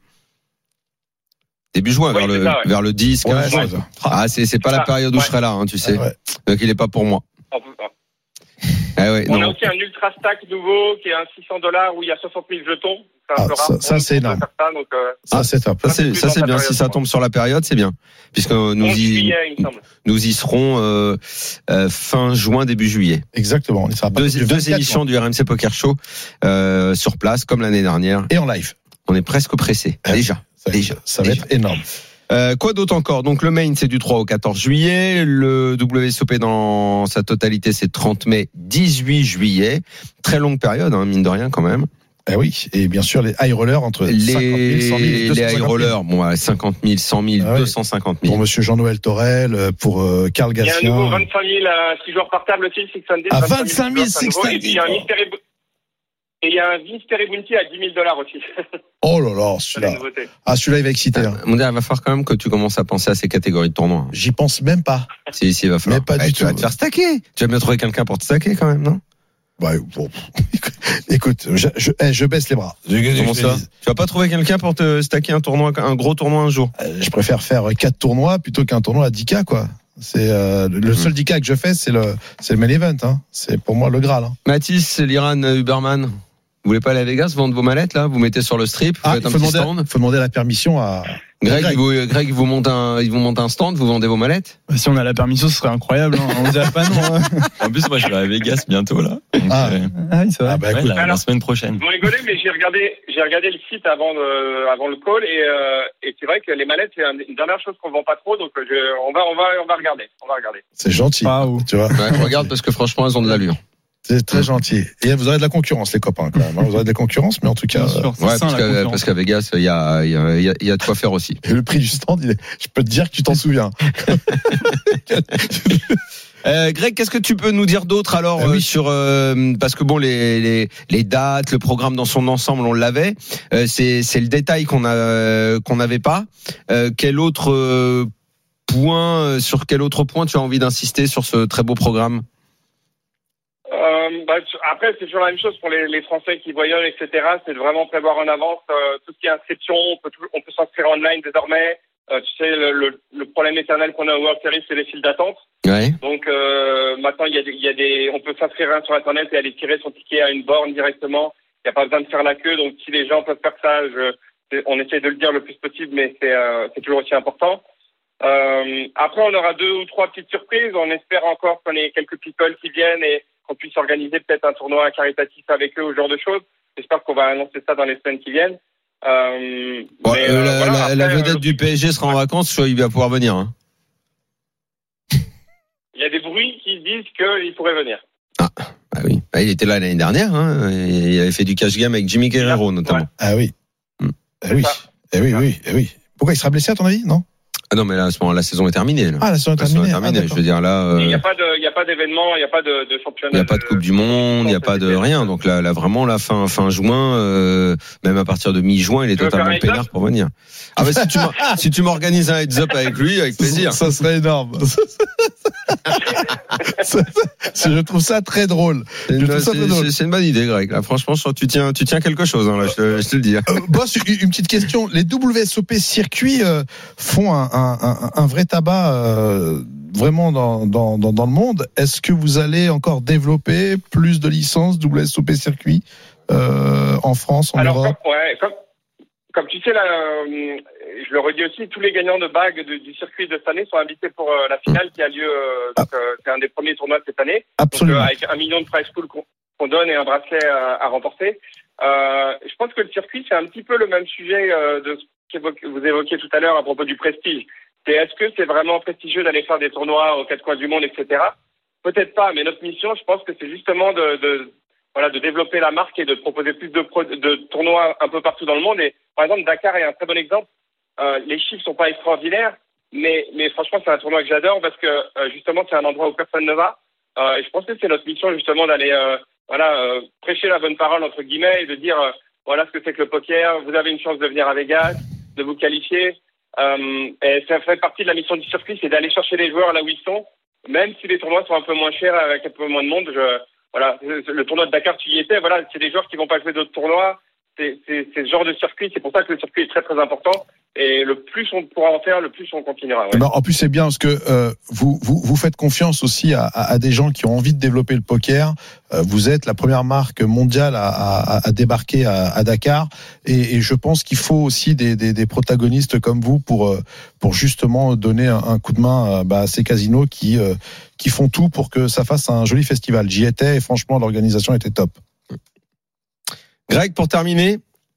Vers le 10, 15 juin. C'est pas la période où je serai là, hein, tu sais. Donc il est pas pour moi. On a aussi un ultra stack nouveau qui est un $600 où il y a 60 000 jetons. Ça c'est énorme. C'est top. Ça c'est bien. Si ça tombe sur la période, c'est bien. Puisque nous y serons fin juin, début juillet. Exactement. Deux émissions du RMC Poker Show sur place, comme l'année dernière. Et en live. On est presque pressé. Ça va être énorme. Quoi d'autre encore? Donc le main c'est du 3 au 14 juillet, le WSOP dans sa totalité c'est 30 mai, 18 juillet. Très longue période, hein, mine de rien quand même. Oui, et bien sûr les high rollers entre 50 000, 100 000 et 250 000. Les high rollers, 50 000, 100 000, 250 000. Pour monsieur Jean-Noël Torel, pour Carl Gassien. Il y a un nouveau 25 000 à 6 joueurs par table aussi, 600 à 25 000, 600 000. Et il y a un Mystery Bounty à $10 000 aussi. Oh là là, celui-là. Celui-là, il va exciter. Mon gars, il va falloir quand même que tu commences à penser à ces catégories de tournois. J'y pense même pas. Si, il va falloir. Mais pas du tout. Tu vas te faire stacker. Tu vas bien trouver quelqu'un pour te stacker quand même, non? Bon. Écoute, je baisse les bras. Comment ça? Tu vas pas trouver quelqu'un pour te stacker un gros tournoi un jour? Je préfère faire 4 tournois plutôt qu'un tournoi à 10K, quoi. C'est le seul 10K que je fais, c'est le main event, hein. C'est pour moi le Graal, hein. Mathis, Liran Huberman. Vous voulez pas aller à Vegas vendre vos mallettes là? Vous mettez sur le strip, vous faites un petit stand. Faut demander la permission à Greg, il vous monte un stand, vous vendez vos mallettes? Si on a la permission, ce serait incroyable. Hein. On dirait pas non. Hein. En plus, moi, je vais à Vegas bientôt là. Donc, oui, c'est vrai. Ouais, la semaine prochaine. Vous rigolez, mais j'ai regardé le site avant le call et c'est vrai que les mallettes c'est une dernière chose qu'on vend pas trop, donc on va regarder. C'est gentil. Tu vois. Ouais, je regarde parce que franchement, elles ont de l'allure. C'est très gentil. Et vous aurez de la concurrence, les copains, quand même. Vous aurez de la concurrence, mais en tout cas. Parce qu'à Vegas, il y a de quoi faire aussi. Et le prix du stand, je peux te dire que tu t'en souviens. Greg, qu'est-ce que tu peux nous dire d'autre alors sur parce que bon les dates, le programme dans son ensemble, on l'avait. C'est le détail qu'on n'avait pas. Quel autre point tu as envie d'insister sur ce très beau programme? Après, c'est toujours la même chose pour les Français qui voyagent, etc. C'est de vraiment prévoir en avance tout ce qui est inscription. On peut s'inscrire online désormais. Tu sais, le problème éternel qu'on a au World Series, c'est les files d'attente. Ouais. Donc maintenant, on peut s'inscrire sur Internet et aller tirer son ticket à une borne directement. Il n'y a pas besoin de faire la queue. Donc si les gens peuvent faire ça, on essaie de le dire le plus possible, mais c'est toujours aussi important. Après, on aura 2 ou 3 petites surprises. On espère encore qu'on ait quelques people qui viennent et qu'on puisse organiser peut-être un tournoi caritatif avec eux ou ce genre de choses. J'espère qu'on va annoncer ça dans les semaines qui viennent. La vedette du PSG sera en vacances, il va pouvoir venir. Hein. Il y a des bruits qui disent qu'il pourrait venir. Ah, bah oui. Il était là l'année dernière. Hein. Il avait fait du cash game avec Jimmy Guerrero notamment. Ouais. Ah oui. Oui. Pourquoi il sera blessé à ton avis, non? Ah non, mais là, à ce moment, la saison est terminée. Là. Ah, la saison est terminée. Je veux dire, là. Il n'y a pas d'événement, il n'y a pas de championnat. Il n'y a pas de Coupe du Monde, il n'y a pas de rien. Donc là, vraiment, là, fin juin, même à partir de mi-juin, il est totalement peinard pour venir. Ah, bah, si tu m'organises un heads up avec lui, avec plaisir. Ça serait énorme. Je trouve ça très drôle. C'est une bonne idée, Greg. Là, franchement, tu tiens quelque chose, hein, là, je te le dis. Boss, une petite question. Les WSOP circuits font un vrai tabac vraiment dans le monde. Est-ce que vous allez encore développer plus de licences WSOP circuits en France, en Europe? Comme tu sais, là, je le redis aussi, tous les gagnants de bagues du circuit de cette année sont invités pour la finale qui a lieu. C'est un des premiers tournois de cette année. Absolument. Donc, avec 1 million de prize pool qu'on donne et un bracelet à remporter. Je pense que le circuit, c'est un petit peu le même sujet de ce que vous évoquiez tout à l'heure à propos du prestige. Est-ce que c'est vraiment prestigieux d'aller faire des tournois aux 4 coins du monde, etc. Peut-être pas, mais notre mission, je pense que c'est justement de développer la marque et de proposer plus de tournois un peu partout dans le monde. Et par exemple, Dakar est un très bon exemple. Les chiffres sont pas extraordinaires, mais franchement, c'est un tournoi que j'adore parce que justement, c'est un endroit où personne ne va. Et je pense que c'est notre mission justement d'aller prêcher la bonne parole entre guillemets et de dire voilà ce que c'est que le poker. Vous avez une chance de venir à Vegas, de vous qualifier. Et ça fait partie de la mission du circuit, c'est d'aller chercher les joueurs là où ils sont, même si les tournois sont un peu moins chers avec un peu moins de monde. Le tournoi de Dakar, tu y étais. Voilà, c'est des joueurs qui vont pas jouer d'autres tournois. C'est ce genre de circuit. C'est pour ça que le circuit est très très important. Et le plus on pourra en faire, le plus on continuera. Ouais. Non, en plus, c'est bien parce que vous faites confiance aussi à des gens qui ont envie de développer le poker. Vous êtes la première marque mondiale à débarquer à Dakar. Et je pense qu'il faut aussi des protagonistes comme vous pour justement donner un coup de main à ces casinos qui font tout pour que ça fasse un joli festival. J'y étais et franchement, l'organisation était top. Greg, pour terminer,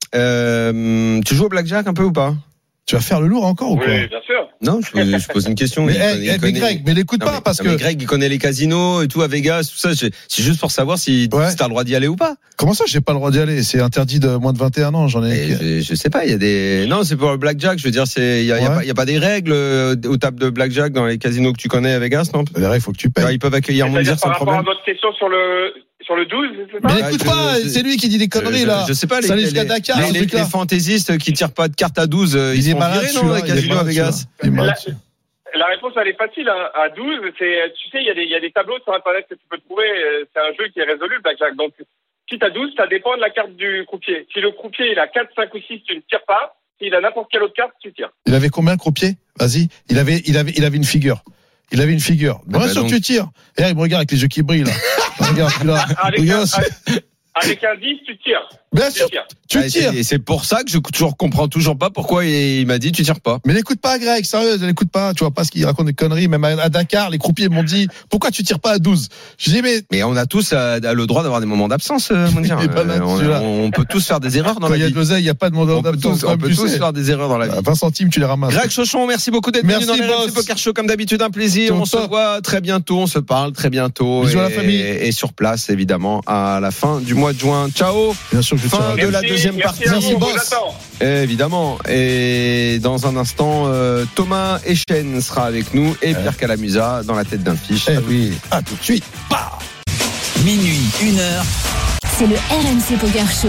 tu joues au blackjack un peu ou pas? Tu vas faire le lourd encore ou quoi? Oui, bien sûr. Non, je pose une question. Mais Greg, mais l'écoute pas parce que Greg, il connaît les casinos et tout à Vegas, tout ça. C'est juste pour savoir si t'as le droit d'y aller ou pas. Comment ça, j'ai pas le droit d'y aller? C'est interdit de moins de 21 ans. Je sais pas. Il y a des. Non, c'est pour le blackjack. Je veux dire, il y a pas des règles aux tables de blackjack dans les casinos que tu connais à Vegas, non? Les règles, faut que tu payes. Ils peuvent accueillir Mondir sans problème. Par rapport à votre question sur le 12, c'est ça? Mais écoute pas, c'est lui qui dit des conneries là. Je sais pas, les fantaisistes qui tirent pas de cartes à 12, ils sont virés dans les casinos à Vegas. La réponse elle est facile, hein. À 12, tu sais, il y a des tableaux sur internet que tu peux trouver, c'est un jeu qui est résolu le blackjack. Donc si t'as 12, ça dépend de la carte du croupier. Si le croupier il a 4, 5 ou 6, tu ne tires pas. S'il a n'importe quelle autre carte, tu tires. Il avait combien le croupier? Vas-y, il avait une figure. Bien sûr, tu tires. Et là, il me regarde avec les yeux qui brillent, là. Regarde. Avec un 10, tu tires. Bien sûr, tu tires. Et c'est pour ça que je comprends toujours pas pourquoi il m'a dit tu tires pas. Mais n'écoute pas, Greg, sérieux, n'écoute pas. Tu vois pas ce qu'il raconte des conneries. Même à Dakar, les croupiers m'ont dit pourquoi tu tires pas à 12. Je dis mais on a tous le droit d'avoir des moments d'absence, mon Dieu. On peut tous faire des erreurs dans la vie. Quand il y a de l'oseille, il n'y a pas de moment d'absence. On peut tous faire des erreurs dans la vie. 20 centimes, tu les ramasses. Greg Chauchon, merci beaucoup d'être venu dans le RMC Poker Show, comme d'habitude, un plaisir. On se voit très bientôt, on se parle très bientôt. Bisous à la famille. Et sur place, évidemment, à la fin du mois de juin. Ciao. Bien sûr que je fin de la deuxième partie. Merci, boss. Évidemment. Et dans un instant, Thomas Echen sera avec nous et Pierre Calamusa dans la tête d'un fiche. Oui. À tout de suite. Bah. Minuit, 1h. C'est le RMC Poker Show.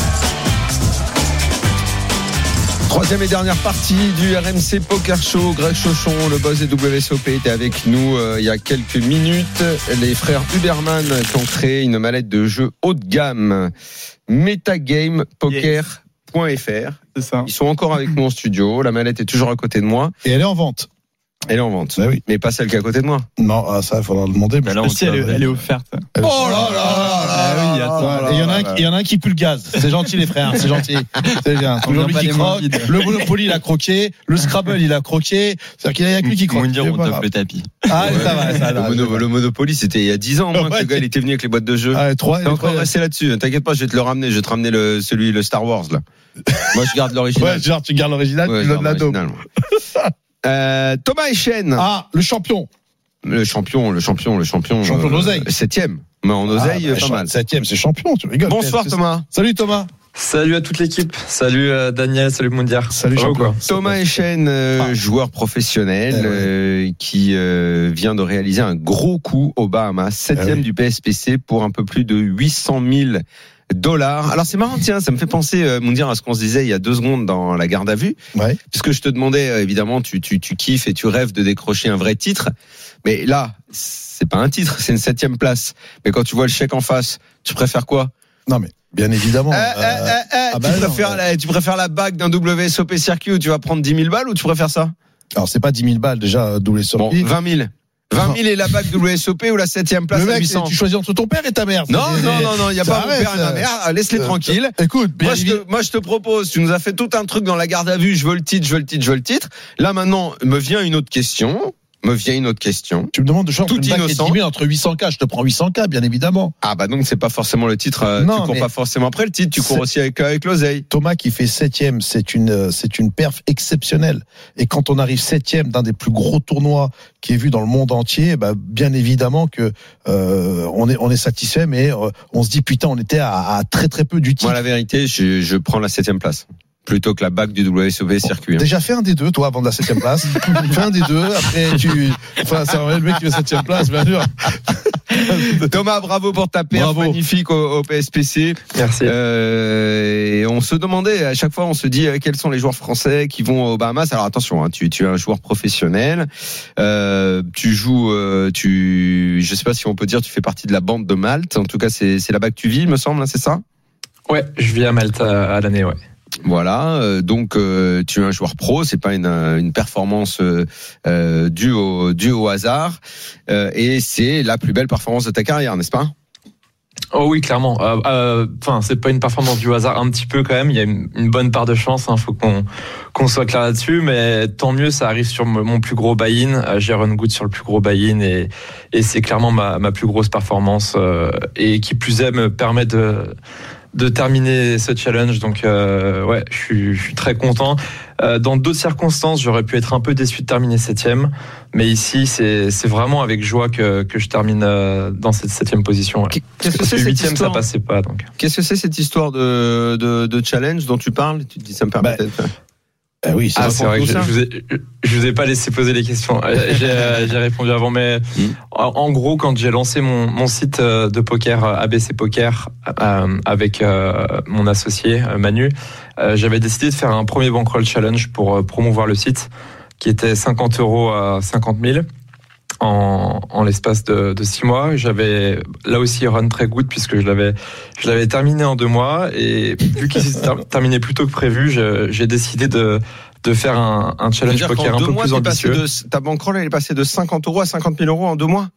Troisième et dernière partie du RMC Poker Show. Greg Chauchon, le boss des WSOP, était avec nous il y a quelques minutes. Les frères Huberman qui ont créé une mallette de jeu haut de gamme, metagamepoker.fr. C'est ça. Ils sont encore avec nous en studio. La mallette est toujours à côté de moi. Et elle est en vente. Elle est en vente. Bah oui. Mais pas celle qui est à côté de moi. Non, ça, il faudra le demander. Mais là, Si, elle est offerte. Oh là là. Oui, attends. Il y en a un qui pue le gaz. C'est gentil, les frères. C'est gentil. C'est bien. Toujours lui qui croque. Le Monopoly, il a croqué. Le Scrabble, il a croqué. C'est-à-dire qu'il y a que lui qui croque. On tape le tapis. Ah, ça va. Le Monopoly, c'était il y a 10 ans, moi, que le gars, il était venu avec les boîtes de jeux. Ah, T'es encore resté là-dessus. T'inquiète pas, je vais te le ramener. Je vais te ramener le Star Wars, là. Moi, je garde l'original. Ouais, genre, tu gardes l'original, tu donnes la daube. Thomas Echen. Ah, le champion. Le champion. Champion d'oseille. 7ème. Mais en oseille, pas mal. 7ème, c'est champion, tu rigoles. Bonsoir, Thomas. Salut, Thomas. Salut à toute l'équipe. Salut Daniel, salut Moundir. Salut Jean-Claude. Thomas Echen, joueur professionnel, qui vient de réaliser un gros coup aux Bahamas, 7ème du PSPC pour un peu plus de 800 000 $. Alors c'est marrant, tiens, ça me fait penser, Moundir, à ce qu'on se disait il y a 2 secondes dans la garde à vue. Ouais. Puisque je te demandais, évidemment, tu kiffes et tu rêves de décrocher un vrai titre. Mais là, c'est pas un titre, c'est une 7ème place. Mais quand tu vois le chèque en face, tu préfères quoi? Non mais, bien évidemment. Tu préfères la bague d'un WSOP circuit où tu vas prendre 10 000 balles ou tu préfères ça? Alors c'est pas 10 000 balles déjà, WSOP. Bon, 20 000. 20 000 et la bague WSOP ou la 7ème place à 800. Tu choisis entre ton père et ta mère. Non, il n'y a pas mon père et ma mère. Laisse-les tranquilles. Écoute, moi je te propose, tu nous as fait tout un truc dans la garde à vue, je veux le titre. Là maintenant, me vient une autre question. Tu me demandes de changer tout innocent. Entre 800K, je te prends 800K, bien évidemment. Ah bah donc c'est pas forcément le titre. Non, tu cours pas forcément après le titre, tu cours aussi avec l'oseille. Thomas qui fait 7ème, c'est une perf exceptionnelle. Et quand on arrive 7ème d'un des plus gros tournois qui est vu dans le monde entier, bah bien évidemment que on est satisfait, mais on se dit putain, on était à très très peu du titre. Moi la vérité, je prends la 7ème place. Plutôt que la bague du WSOP circuit. Déjà, fais un des deux, toi, avant de la 7ème place. Fais un des deux, après c'est le mec qui fait 7ème place, bien sûr. Thomas, bravo pour ta perf magnifique au PSPC. Merci. Et on se demandait, à chaque fois, on se dit quels sont les joueurs français qui vont aux Bahamas. Alors attention, hein, tu es un joueur professionnel. Tu joues, je sais pas si on peut dire, tu fais partie de la bande de Malte. En tout cas, c'est là-bas que tu vis, il me semble, hein, c'est ça? Ouais, je vis à Malte à l'année, ouais. Voilà, donc tu es un joueur pro, c'est pas une performance due au hasard, et c'est la plus belle performance de ta carrière, n'est-ce pas? Oh oui, clairement. Enfin, c'est pas une performance du hasard, un petit peu quand même. Il y a une bonne part de chance. Faut qu'on soit clair là-dessus. Mais tant mieux, ça arrive sur mon plus gros buy-in. J'ai run good sur le plus gros buy-in et c'est clairement ma plus grosse performance et qui plus est me permet de terminer ce challenge. Donc ouais, je suis très content. Dans d'autres circonstances, j'aurais pu être un peu déçu de terminer 7ème, mais ici c'est vraiment avec joie que je termine dans cette 7ème position. Ouais. Qu'est-ce que c'est cette 8ème, histoire ? Ça passait pas donc. Qu'est-ce que c'est cette histoire de challenge dont tu parles ? Tu te dis ça me permet peut-être. Oui, c'est vrai que je vous ai pas laissé poser les questions. J'ai répondu avant, mais en gros, quand j'ai lancé mon site de poker ABC Poker avec mon associé Manu, j'avais décidé de faire un premier bankroll challenge pour promouvoir le site, qui était 50 € à 50 000 en l'espace de 6 mois. J'avais là aussi run très good puisque je l'avais terminé en 2 mois, et vu qu'il s'est terminé plus tôt que prévu, j'ai décidé de faire un challenge poker un peu plus ambitieux. Ta bankroll elle est passée de 50 € à 50 000 € en 2 mois.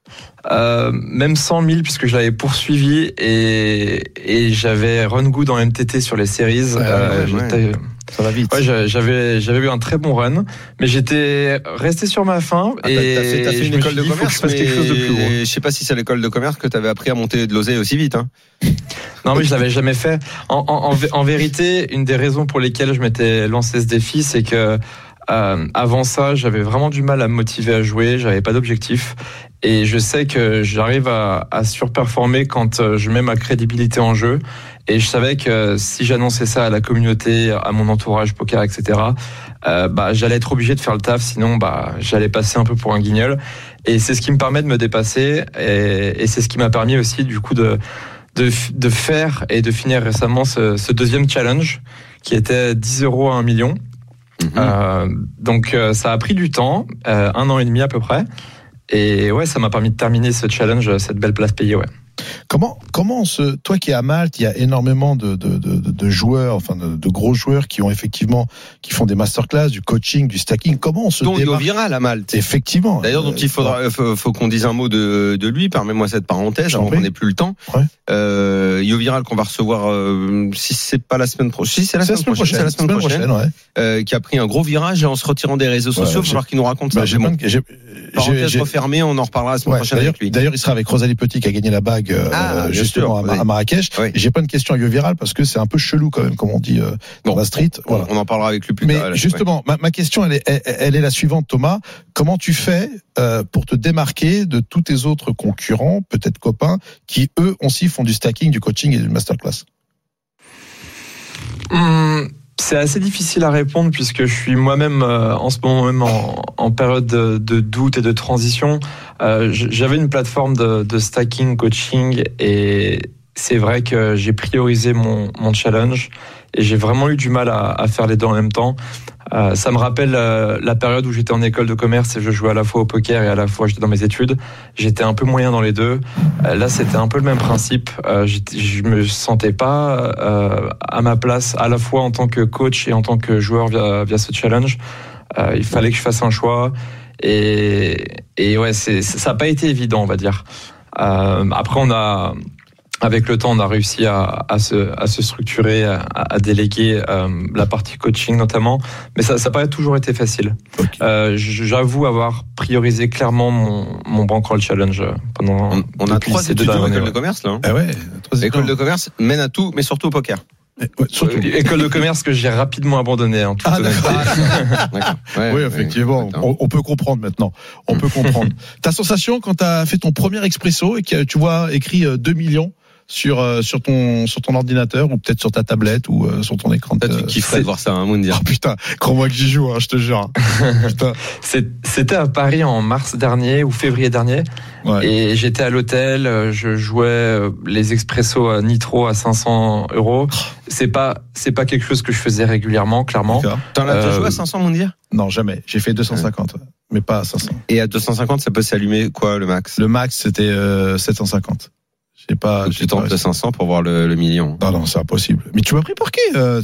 Même 100 000 puisque je l'avais poursuivi et j'avais run good en MTT sur les series. Ça va vite. Ouais, j'avais eu un très bon run, mais j'étais resté sur ma faim. T'as fait une école de commerce, mais quelque chose de plus gros. Je sais pas si c'est à l'école de commerce que t'avais appris à monter de l'oseille aussi vite. Hein. Non, mais je l'avais jamais fait. En vérité, une des raisons pour lesquelles je m'étais lancé ce défi, c'est que avant ça, j'avais vraiment du mal à me motiver à jouer. J'avais pas d'objectif. Et je sais que j'arrive à surperformer quand je mets ma crédibilité en jeu. Et je savais que si j'annonçais ça à la communauté, à mon entourage poker, etc., j'allais être obligé de faire le taf, sinon j'allais passer un peu pour un guignol. Et c'est ce qui me permet de me dépasser. Et c'est ce qui m'a permis aussi du coup de faire et de finir récemment ce deuxième challenge qui était 10 € à 1 million. Donc ça a pris du temps, 1 an et demi à peu près. Et ouais, ça m'a permis de terminer ce challenge, cette belle place payée, ouais. Comment toi qui es à Malte, il y a énormément de joueurs, enfin de gros joueurs qui font des masterclass, du coaching, du stacking. Comment on se démarque? Yo Viral à Malte. Effectivement. D'ailleurs, donc il faut qu'on dise un mot de lui. Permets-moi cette parenthèse, avant qu'on n'ait plus le temps. Ouais. Yo Viral qu'on va recevoir, si c'est pas la semaine prochaine, si c'est la semaine prochaine, c'est la semaine prochaine, ouais. Qui a pris un gros virage et en se retirant des réseaux sociaux, il va falloir qu'il nous raconte ça. Parenthèse refermée, on en reparlera la semaine prochaine avec lui. D'ailleurs, il sera avec Rosalie Petit qui a gagné la bague justement à Marrakech. Oui. J'ai pas une question à Yo Viral parce que c'est un peu chelou quand même, comme on dit dans la street. Voilà. On en parlera avec lui plus tard. Mais justement, ma question, elle est la suivante, Thomas. Comment tu fais pour te démarquer de tous tes autres concurrents, peut-être copains, qui eux aussi font du stacking, du coaching et du masterclass? C'est assez difficile à répondre puisque je suis moi-même en ce moment même en période de doute et de transition. J'avais une plateforme de stacking, coaching et c'est vrai que j'ai priorisé mon challenge et j'ai vraiment eu du mal à faire les deux en même temps. Ça me rappelle la période où j'étais en école de commerce et je jouais à la fois au poker et à la fois j'étais dans mes études. J'étais un peu moyen dans les deux. Là, c'était un peu le même principe. Je me sentais pas à ma place à la fois en tant que coach et en tant que joueur via ce challenge. Il fallait que je fasse un choix et ouais, ça n'a pas été évident, on va dire. Après, avec le temps, on a réussi à se structurer, à déléguer la partie coaching notamment, mais ça n'a pas toujours été facile. Okay. J'avoue avoir priorisé clairement mon bankroll challenge pendant. On a 3 étudiants d'école de commerce là. Ah ouais. 3 écoles de commerce mènent à tout, mais surtout au poker. Ouais, surtout. École de commerce que j'ai rapidement abandonné en toute honnêteté. Oui, effectivement. On peut comprendre maintenant. On peut comprendre. Ta sensation quand tu as fait ton premier expresso et que tu vois écrit 2 millions sur ton ordinateur ou peut-être sur ta tablette ou sur ton écran. Tu kifferais de voir ça, Moundir. Oh putain, crois-moi que j'y joue, je te jure. Putain. C'était à Paris en mars dernier ou février dernier. Ouais. Et j'étais à l'hôtel, je jouais les expressos à Nitro à 500 €. C'est pas quelque chose que je faisais régulièrement, clairement. T'en as joué à 500, Moundir? Non, jamais. J'ai fait 250, mais pas à 500. Et à 250, ça peut s'allumer quoi, le max? Le max, c'était 750. Tu tentes de 500 pour voir le million. Non, c'est impossible. Mais tu m'as pris pour qui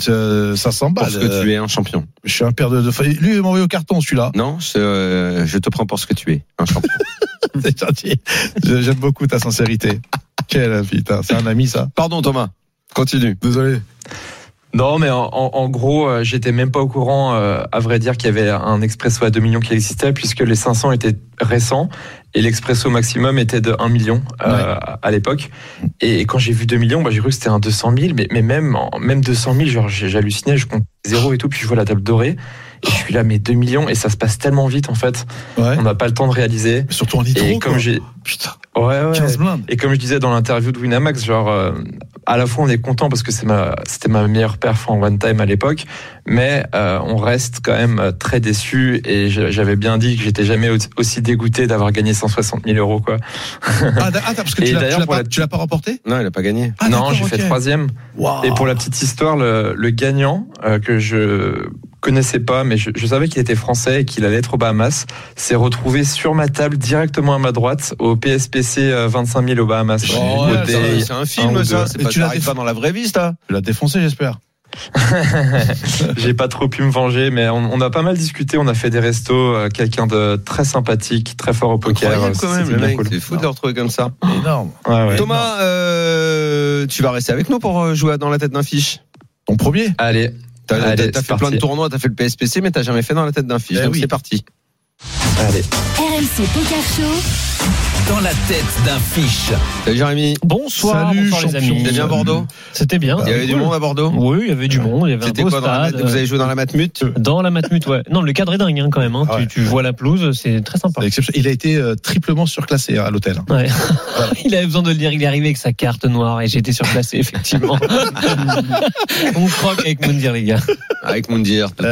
500 balles. Parce que tu es un champion. Je suis un père de lui, il m'a envoyé au carton, celui-là. Non, je te prends pour ce que tu es, un champion. C'est gentil. J'aime beaucoup ta sincérité. Quel putain, c'est un ami, ça. Pardon, Thomas. Continue. Désolé. Non, mais en gros, j'étais même pas au courant, à vrai dire, qu'il y avait un expresso à 2 millions qui existait, puisque les 500 étaient récents et l'expresso maximum était de 1 million à l'époque. Et quand j'ai vu 2 millions, j'ai cru que c'était un 200 000, mais même 200 000, genre j'hallucinais, je compte 0 et tout, puis je vois la table dorée. Et je suis là, mais 2 millions, et ça se passe tellement vite, en fait. Ouais. On n'a pas le temps de réaliser. Mais surtout en Nitro, et comme putain. Ouais. 15 blindes. Et comme je disais dans l'interview de Winamax, genre, à la fois on est content parce que c'était ma meilleure perf en one time à l'époque, mais on reste quand même très déçu, et j'avais bien dit que j'étais jamais aussi dégoûté d'avoir gagné 160 000 €, quoi. Parce que tu l'as pas remporté? Non, il a pas gagné. Non, j'ai fait 3e. Wow. Et pour la petite histoire, le gagnant, que je connaissais pas, mais je savais qu'il était français et qu'il allait être aux Bahamas, s'est retrouvé sur ma table directement à ma droite au PSPC 25 000 aux Bahamas. C'est un film, ça. C'est pas, ça arrive pas dans la vraie vie, ça. Tu l'as défoncé, j'espère. J'ai pas trop pu me venger, mais on a pas mal discuté. On a fait des restos. Quelqu'un de très sympathique, très fort au poker. Incroyable quand même, C'était le bien mec. cool. C'est fou de le retrouver comme ça. Énorme. Ouais. Thomas, tu vas rester avec nous pour jouer dans la tête d'un fiche. Ton premier. Allez. T'as c'est fait parti. plein de tournois, t'as fait le PSPC, mais t'as jamais fait dans la tête d'un fiche. Donc oui. c'est parti. Allez. RMC Poker Show. Dans la tête d'un fiche. Salut Jérémy. Bonsoir, Salut, bonsoir les champion. amis. C'était bien Bordeaux. C'était bien. Il y avait du monde à Bordeaux. Oui, il y avait du monde, il y avait un C'était beau quoi dans la stade. Vous avez joué dans la Matmut? Dans la Matmut, ouais. Non, le cadre est dingue quand même. Ah ouais. Tu vois la pelouse, c'est très sympa. C'est exceptionnel. Il a été triplement surclassé à l'hôtel. Ouais. Il avait besoin de le dire. Il est arrivé avec sa carte noire et j'ai été surclassé, effectivement. On croque avec Moundir, les gars. Avec Moundir, de toute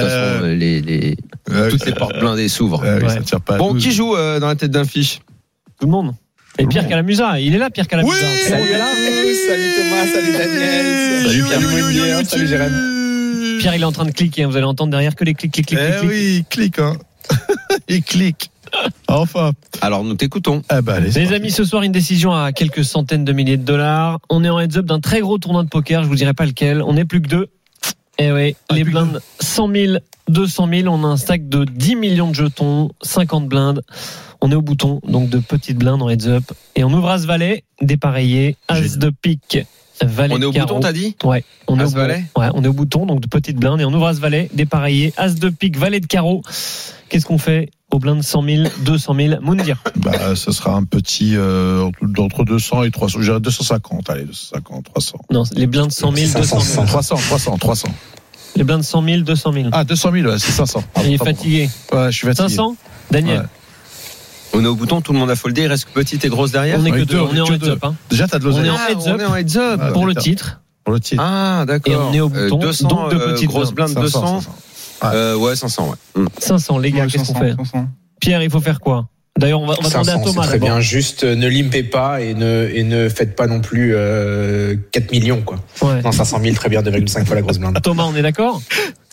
façon, toutes les portes blindées s'ouvrent. Oui, Ouais. ça tire pas à Bon, 12. qui joue dans la tête d'un fiche? Tout le monde. Et Pierre Calamusa, il est là, Pierre Calamusa. Salut Thomas, salut Daniel. Salut Pierre Mounier, salut Jérém. Pierre, il est en train de cliquer. Vous allez entendre derrière que les clics, clics, clics, clics. clics. Oui, il clique, hein. Il clique. Enfin. Alors nous t'écoutons. Ah bah, allez, Les amis, ce soir, une décision à quelques centaines de milliers de dollars. On est en heads-up d'un très gros tournoi de poker. Je vous dirai pas lequel. On n'est plus que deux. Et oui, les blindes 100 000, 200 000. On a un stack de 10 millions de jetons, 50 blindes. On est au bouton, donc de petites blindes en heads-up. Et on ouvre As-Valet, dépareillé, As de pique, Valet On est de au carreau. bouton, t'as dit? Ouais, on est As-Valet? ouais, on est au bouton, donc de petites blindes. Et on ouvre As-Valet, dépareillé, As de pique, Valet de carreau. Qu'est-ce qu'on fait aux blindes 100 000, 200 000? Moundir. bah, ce sera un petit entre 200 et 300. Je dirais 250. Allez, 250, 300. Non, les blindes 100 000, 200 000. 300. Les blindes 100 000, 200 000. Ah, 200 000, ouais, c'est 500. Il est fatigué. Ouais, je suis fatigué. 500? Daniel. Ouais. On est au bouton, tout le monde a foldé, il reste petite et grosse derrière. On est que Oui, deux, deux, on est en que heads-up. deux. Hein. Déjà, t'as de On est l'oseille. en heads-up. On est en heads-up. Ouais. Pour le putain. titre. Pour le titre. Ah, d'accord. Et on est au bouton, 200, donc de petites grosses blindes, 200. 500. Ouais, 500, ouais. 500, les gars, Ouais, qu'est-ce qu'on 500, fait? 500. Pierre, il faut faire quoi? D'ailleurs, on va demander à 500, Thomas c'est très d'abord. bien. Juste ne limpez pas et ne faites pas non plus 4 millions quoi. Ouais. Non, 500 000 très bien, 2,5 fois la grosse blinde. Thomas, on est d'accord?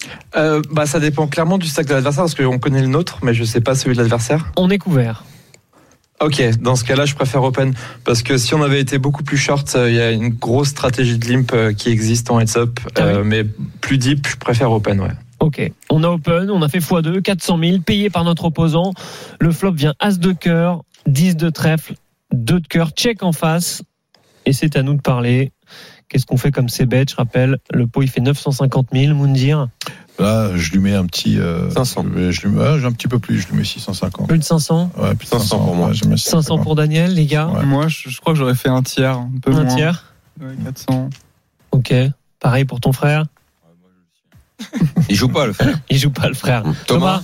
Bah ça dépend clairement du stack de l'adversaire parce qu'on connaît le nôtre, mais je sais pas celui de l'adversaire. On est couvert. Ok, dans ce cas-là, je préfère open parce que si on avait été beaucoup plus short, il y a une grosse stratégie de limp qui existe en heads-up, mais plus deep, je préfère open, ouais. Ok, on a open, on a fait x2, 400 000, payé par notre opposant. Le flop vient As de cœur, 10 de trèfle, 2 de cœur, check en face. Et c'est à nous de parler. Qu'est-ce qu'on fait comme c'est bête? Je rappelle, le pot il fait 950 000, Moundir. Là, je lui mets un petit. 500. Je lui mets, j'ai un petit peu plus, je lui mets 650. Plus de 500? Ouais, plus de 500 pour moi. Ouais, je mets 500 pour Daniel, les gars? Ouais. Moi, je crois que j'aurais fait un tiers, un peu Un moins. tiers? Ouais, 400. Ok. Pareil pour ton frère? Il joue pas, le frère. Il joue pas le frère. Thomas?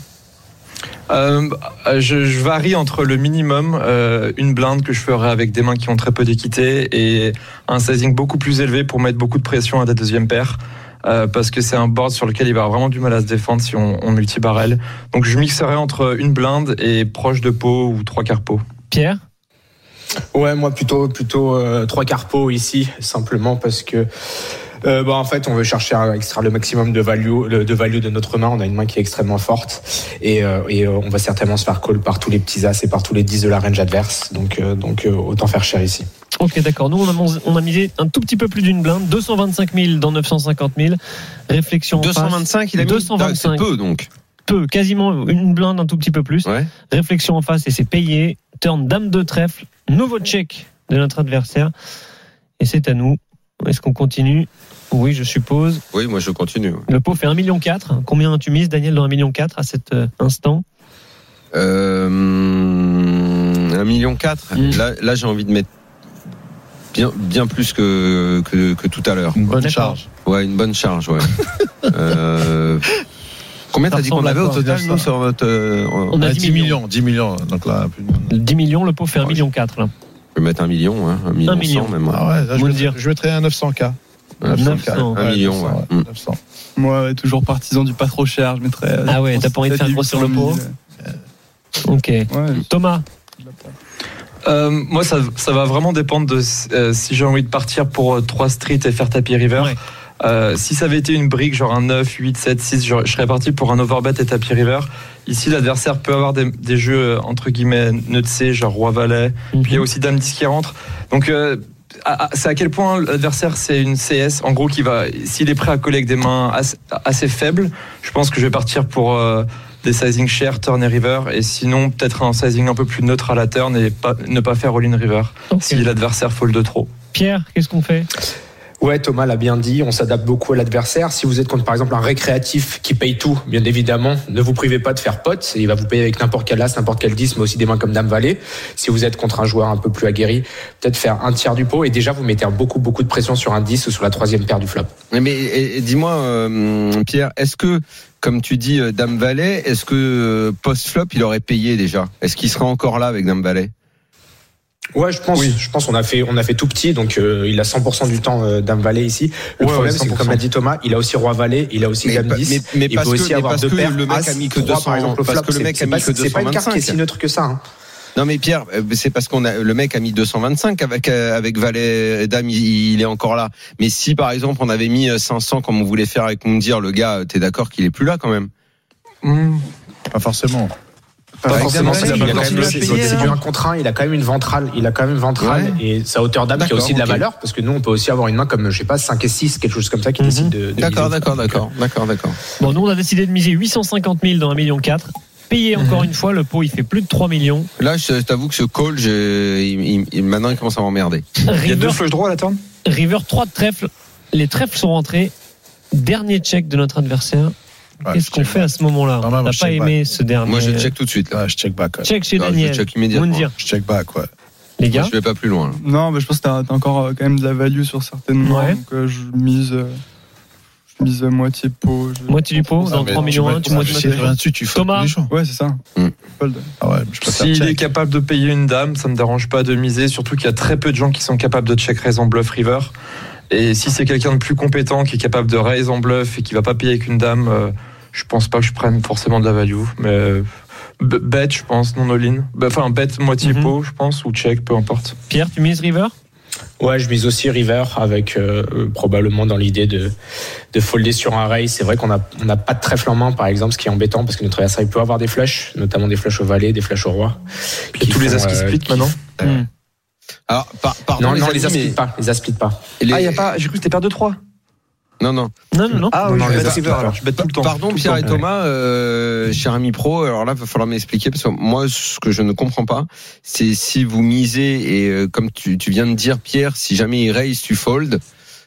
Je varie entre le minimum, une blinde que je ferais avec des mains qui ont très peu d'équité et un sizing beaucoup plus élevé pour mettre beaucoup de pression à la deuxième paire. Parce que c'est un board sur lequel il va avoir vraiment du mal à se défendre si on multi-barrel. Donc je mixerais entre une blinde et proche de pot ou 3/4 pot. Pierre? Ouais, moi plutôt 3/4 pot ici, simplement parce que en fait, on veut chercher à extraire le maximum de value de notre main. On a une main qui est extrêmement forte et on va certainement se faire call par tous les petits as et par tous les 10 de la range adverse. Donc autant faire cher ici. Ok, d'accord. Nous, on a misé un tout petit peu plus d'une blinde, 225 000 dans 950 000. Réflexion en face. 225, il a mis 225. C'est peu, donc. Peu, quasiment une blinde, un tout petit peu plus. Ouais. Réflexion en face et c'est payé. Turn dame de trèfle, nouveau check de notre adversaire. Et c'est à nous. Est-ce qu'on continue? Oui, je suppose. Oui, moi je continue. Le pot fait 1,4 million. Combien tu mises, Daniel, dans 1,4 million à cet instant? 1,4 million. Là, j'ai envie de mettre bien plus que tout à l'heure. Une bonne D'accord. charge. Ouais, une bonne charge, ouais. Combien Ça t'as dit qu'on ressemble à avait au quoi, total, ça nous, sur notre. On a 10 millions. 10 millions. Donc là, plus de... 10 millions, le pot fait 1,4 million. Là. Je vais mettre 1 million, hein, 1 million, 1 million. 100 même. Ah ouais, là, Vous le dire. je mettrais un 900K. 900. 1 million, 900, ouais. 900. Moi, ouais, toujours partisan du pas trop cher. Je mettrais. Ah ouais, t'as pas envie de faire grossir le pot? Ok. Ouais. Thomas? Moi, ça va vraiment dépendre de si j'ai envie de partir pour 3 streets et faire tapis river. Ouais. Si ça avait été une brique, genre un 9, 8, 7, 6, je serais parti pour un overbet et tapis river. Ici, l'adversaire peut avoir des jeux entre guillemets nœud de C, genre roi valet. Puis il y a aussi dame 10 qui rentre. Donc c'est à quel point l'adversaire c'est une CS, en gros, s'il est prêt à coller avec des mains assez faibles, je pense que je vais partir pour des sizing chers, turn et river, et sinon peut-être un sizing un peu plus neutre à la turn et ne pas faire all-in river si l'adversaire fold de trop. Pierre, qu'est-ce qu'on fait ? Ouais, Thomas l'a bien dit, on s'adapte beaucoup à l'adversaire. Si vous êtes contre, par exemple, un récréatif qui paye tout, bien évidemment, ne vous privez pas de faire pot. Il va vous payer avec n'importe quel as, n'importe quel 10, mais aussi des mains comme Dame Valet. Si vous êtes contre un joueur un peu plus aguerri, peut-être faire un tiers du pot. Et déjà, vous mettez beaucoup de pression sur un 10 ou sur la troisième paire du flop. Mais dis-moi, Pierre, est-ce que, comme tu dis, Dame Valet, est-ce que post-flop, il aurait payé déjà ? Est-ce qu'il sera encore là avec Dame Valet ? Ouais, je pense on a fait tout petit, donc il a 100% du temps Dame Valet ici. Le problème, c'est que comme l'a dit Thomas, il a aussi Roi Valet, il a aussi Dame 10. Mais il peut aussi avoir deux paires. Le mec a mis que 200, par exemple, parce que le mec a mis que 225. C'est pas une carte qui est si neutre que ça. Hein. Non mais Pierre, c'est parce le mec a mis 225 avec Valet et Dame, il est encore là. Mais si par exemple on avait mis 500 comme on voulait faire avec Moundir, le gars, t'es d'accord qu'il est plus là quand même ? Pas forcément. Pas forcément, c'est du 1 contre 1, il a quand même une ventrale, et sa hauteur d'âme qui a aussi de la valeur, parce que nous on peut aussi avoir une main comme, je sais pas, 5 et 6, quelque chose comme ça qui décide de D'accord. Bon, nous on a décidé de miser 850 000 dans 1,4 million. Payer encore une fois, le pot il fait plus de 3 millions. Là, je t'avoue que ce call, maintenant il commence à m'emmerder. Il y a deux flush droits à la turn. River 3 de trèfle, les trèfles sont rentrés. Dernier check de notre adversaire. Qu'est-ce qu'on fait à ce moment-là ? On n'a pas aimé ce dernier. Moi, je check tout de suite. Là. Je check back. Ouais. Check chez Daniel. Je check immédiatement. Je check back, ouais. Les gars, moi, je vais pas plus loin. Là. Non, mais je pense que t'as encore quand même de la value sur certaines mains. Donc je mise moitié pot. Moitié du pot dans 3 millions 1. Tu dessus, tu fold. Thomas. Ouais, c'est ça. Fold. Ah ouais, s'il est capable de payer une dame, ça me dérange pas de miser. Surtout qu'il y a très peu de gens qui sont capables de check raise en bluff river. Et si c'est quelqu'un de plus compétent qui est capable de raise en bluff et qui va pas payer avec une dame. Je pense pas que je prenne forcément de la value, mais bet, je pense, non all-in. Enfin, bet moitié pot, je pense, ou check, peu importe. Pierre, tu mises river ? Ouais, je mise aussi river avec probablement dans l'idée de folder sur un raise. C'est vrai qu'on n'a pas de trèfle en main, par exemple, ce qui est embêtant parce que notre adversaire peut avoir des flushs, notamment des flushs au valet, des flushs au roi. Et tous les as qui split maintenant. Alors, pardon, non, les as split pas. Les as split pas. Il y a pas. J'ai cru que c'était paire de 3. Non. Ah oui, je bête tout le temps. Pardon Pierre et Thomas, cher ami pro, alors là il va falloir m'expliquer parce que moi ce que je ne comprends pas, c'est si vous misez et comme tu viens de dire Pierre, si jamais il raise tu fold,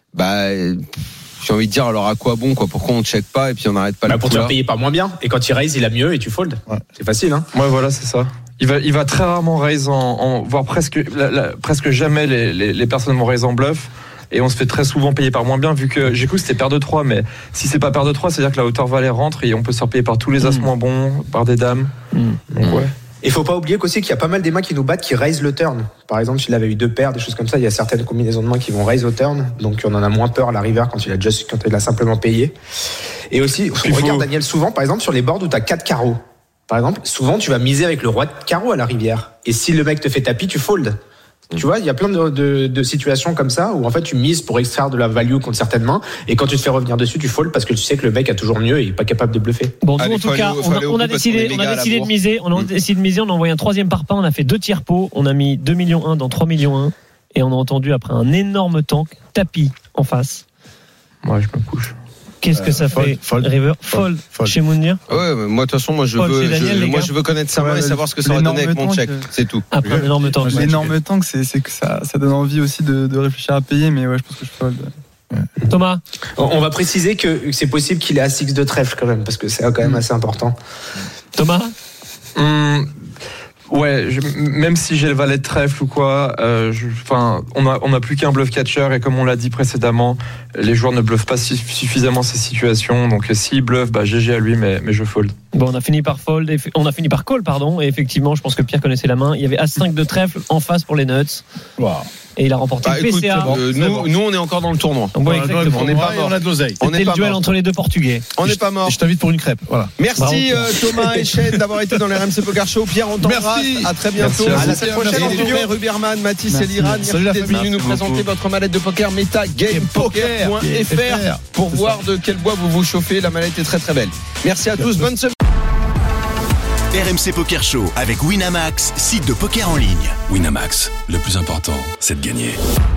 j'ai envie de dire alors à quoi bon quoi, pourquoi on check pas et puis on n'arrête pas pour te payer pas moins bien et quand il raise il a mieux et tu fold. Ouais. C'est facile hein. Ouais voilà c'est ça. Il va très rarement raise voire presque jamais les personnes vont raise en bluff. Et on se fait très souvent payer par moins bien, vu que j'ai cru que c'était paire de 3, mais si c'est pas paire de 3, c'est-à-dire que la hauteur valet rentre et on peut se faire payer par tous les as moins bons, par des dames. Donc ouais. Et faut pas oublier qu'aussi qu'il y a pas mal des mains qui nous battent qui raise le turn. Par exemple, s'il avait eu 2 paires, des choses comme ça, il y a certaines combinaisons de mains qui vont raise au turn, donc on en a moins peur à la river quand il a simplement payé. Et aussi, on regarde Daniel souvent, par exemple, sur les boards où t'as 4 carreaux. Par exemple, souvent tu vas miser avec le roi de carreau à la rivière. Et si le mec te fait tapis, tu fold. Tu vois, il y a plein de situations comme ça où en fait tu mises pour extraire de la value contre certaines mains et quand tu te fais revenir dessus, tu fold parce que tu sais que le mec a toujours mieux et il est pas capable de bluffer. Bon, nous, en tout cas, on a décidé de miser. On a envoyé un 3e par pas, on a fait 2 tiers pots, on a mis 2 millions 1 dans 3 millions 1 et on a entendu après un énorme tank tapis en face. Moi, je me couche. Qu'est-ce que ça fait River fold chez Mounir. Ouais, moi de toute façon, moi je veux connaître sa main et savoir ce que ça va donner avec mon check. C'est tout. Après un énorme tank. L'énorme tank, c'est que ça donne envie aussi de réfléchir à payer, mais ouais, je pense que je fold. Thomas, on va préciser que c'est possible qu'il ait As X de trèfle quand même, parce que c'est quand même assez important. Thomas. Ouais, même si j'ai le valet de trèfle ou quoi, on a plus qu'un bluff catcher et comme on l'a dit précédemment, les joueurs ne bluffent pas suffisamment ces situations. Donc s'il bluffe, GG à lui, mais je fold. Bon, on a fini par call, pardon. Et effectivement, je pense que Pierre connaissait la main. Il y avait As5 de trèfle en face pour les nuts. Wow. Et il a remporté le PCA. Nous, on est encore dans le tournoi. Ouais, exactement. On n'est pas mort. On a de l'oseille. C'était le duel entre les deux Portugais. On n'est pas mort. Je t'invite pour une crêpe. Voilà. Merci Thomas et Chen d'avoir été dans les RMC Poker Show. Pierre, on t'embrasse. À très bientôt. À la semaine prochaine. Et les frères Ruberman, Mathis et Liran, merci d'être venus nous présenter votre mallette de poker MetaGamePoker.fr pour voir de quel bois vous vous chauffez. La mallette est très très belle. Merci à tous. Bonne semaine. RMC Poker Show avec Winamax, site de poker en ligne. Winamax, le plus important, c'est de gagner.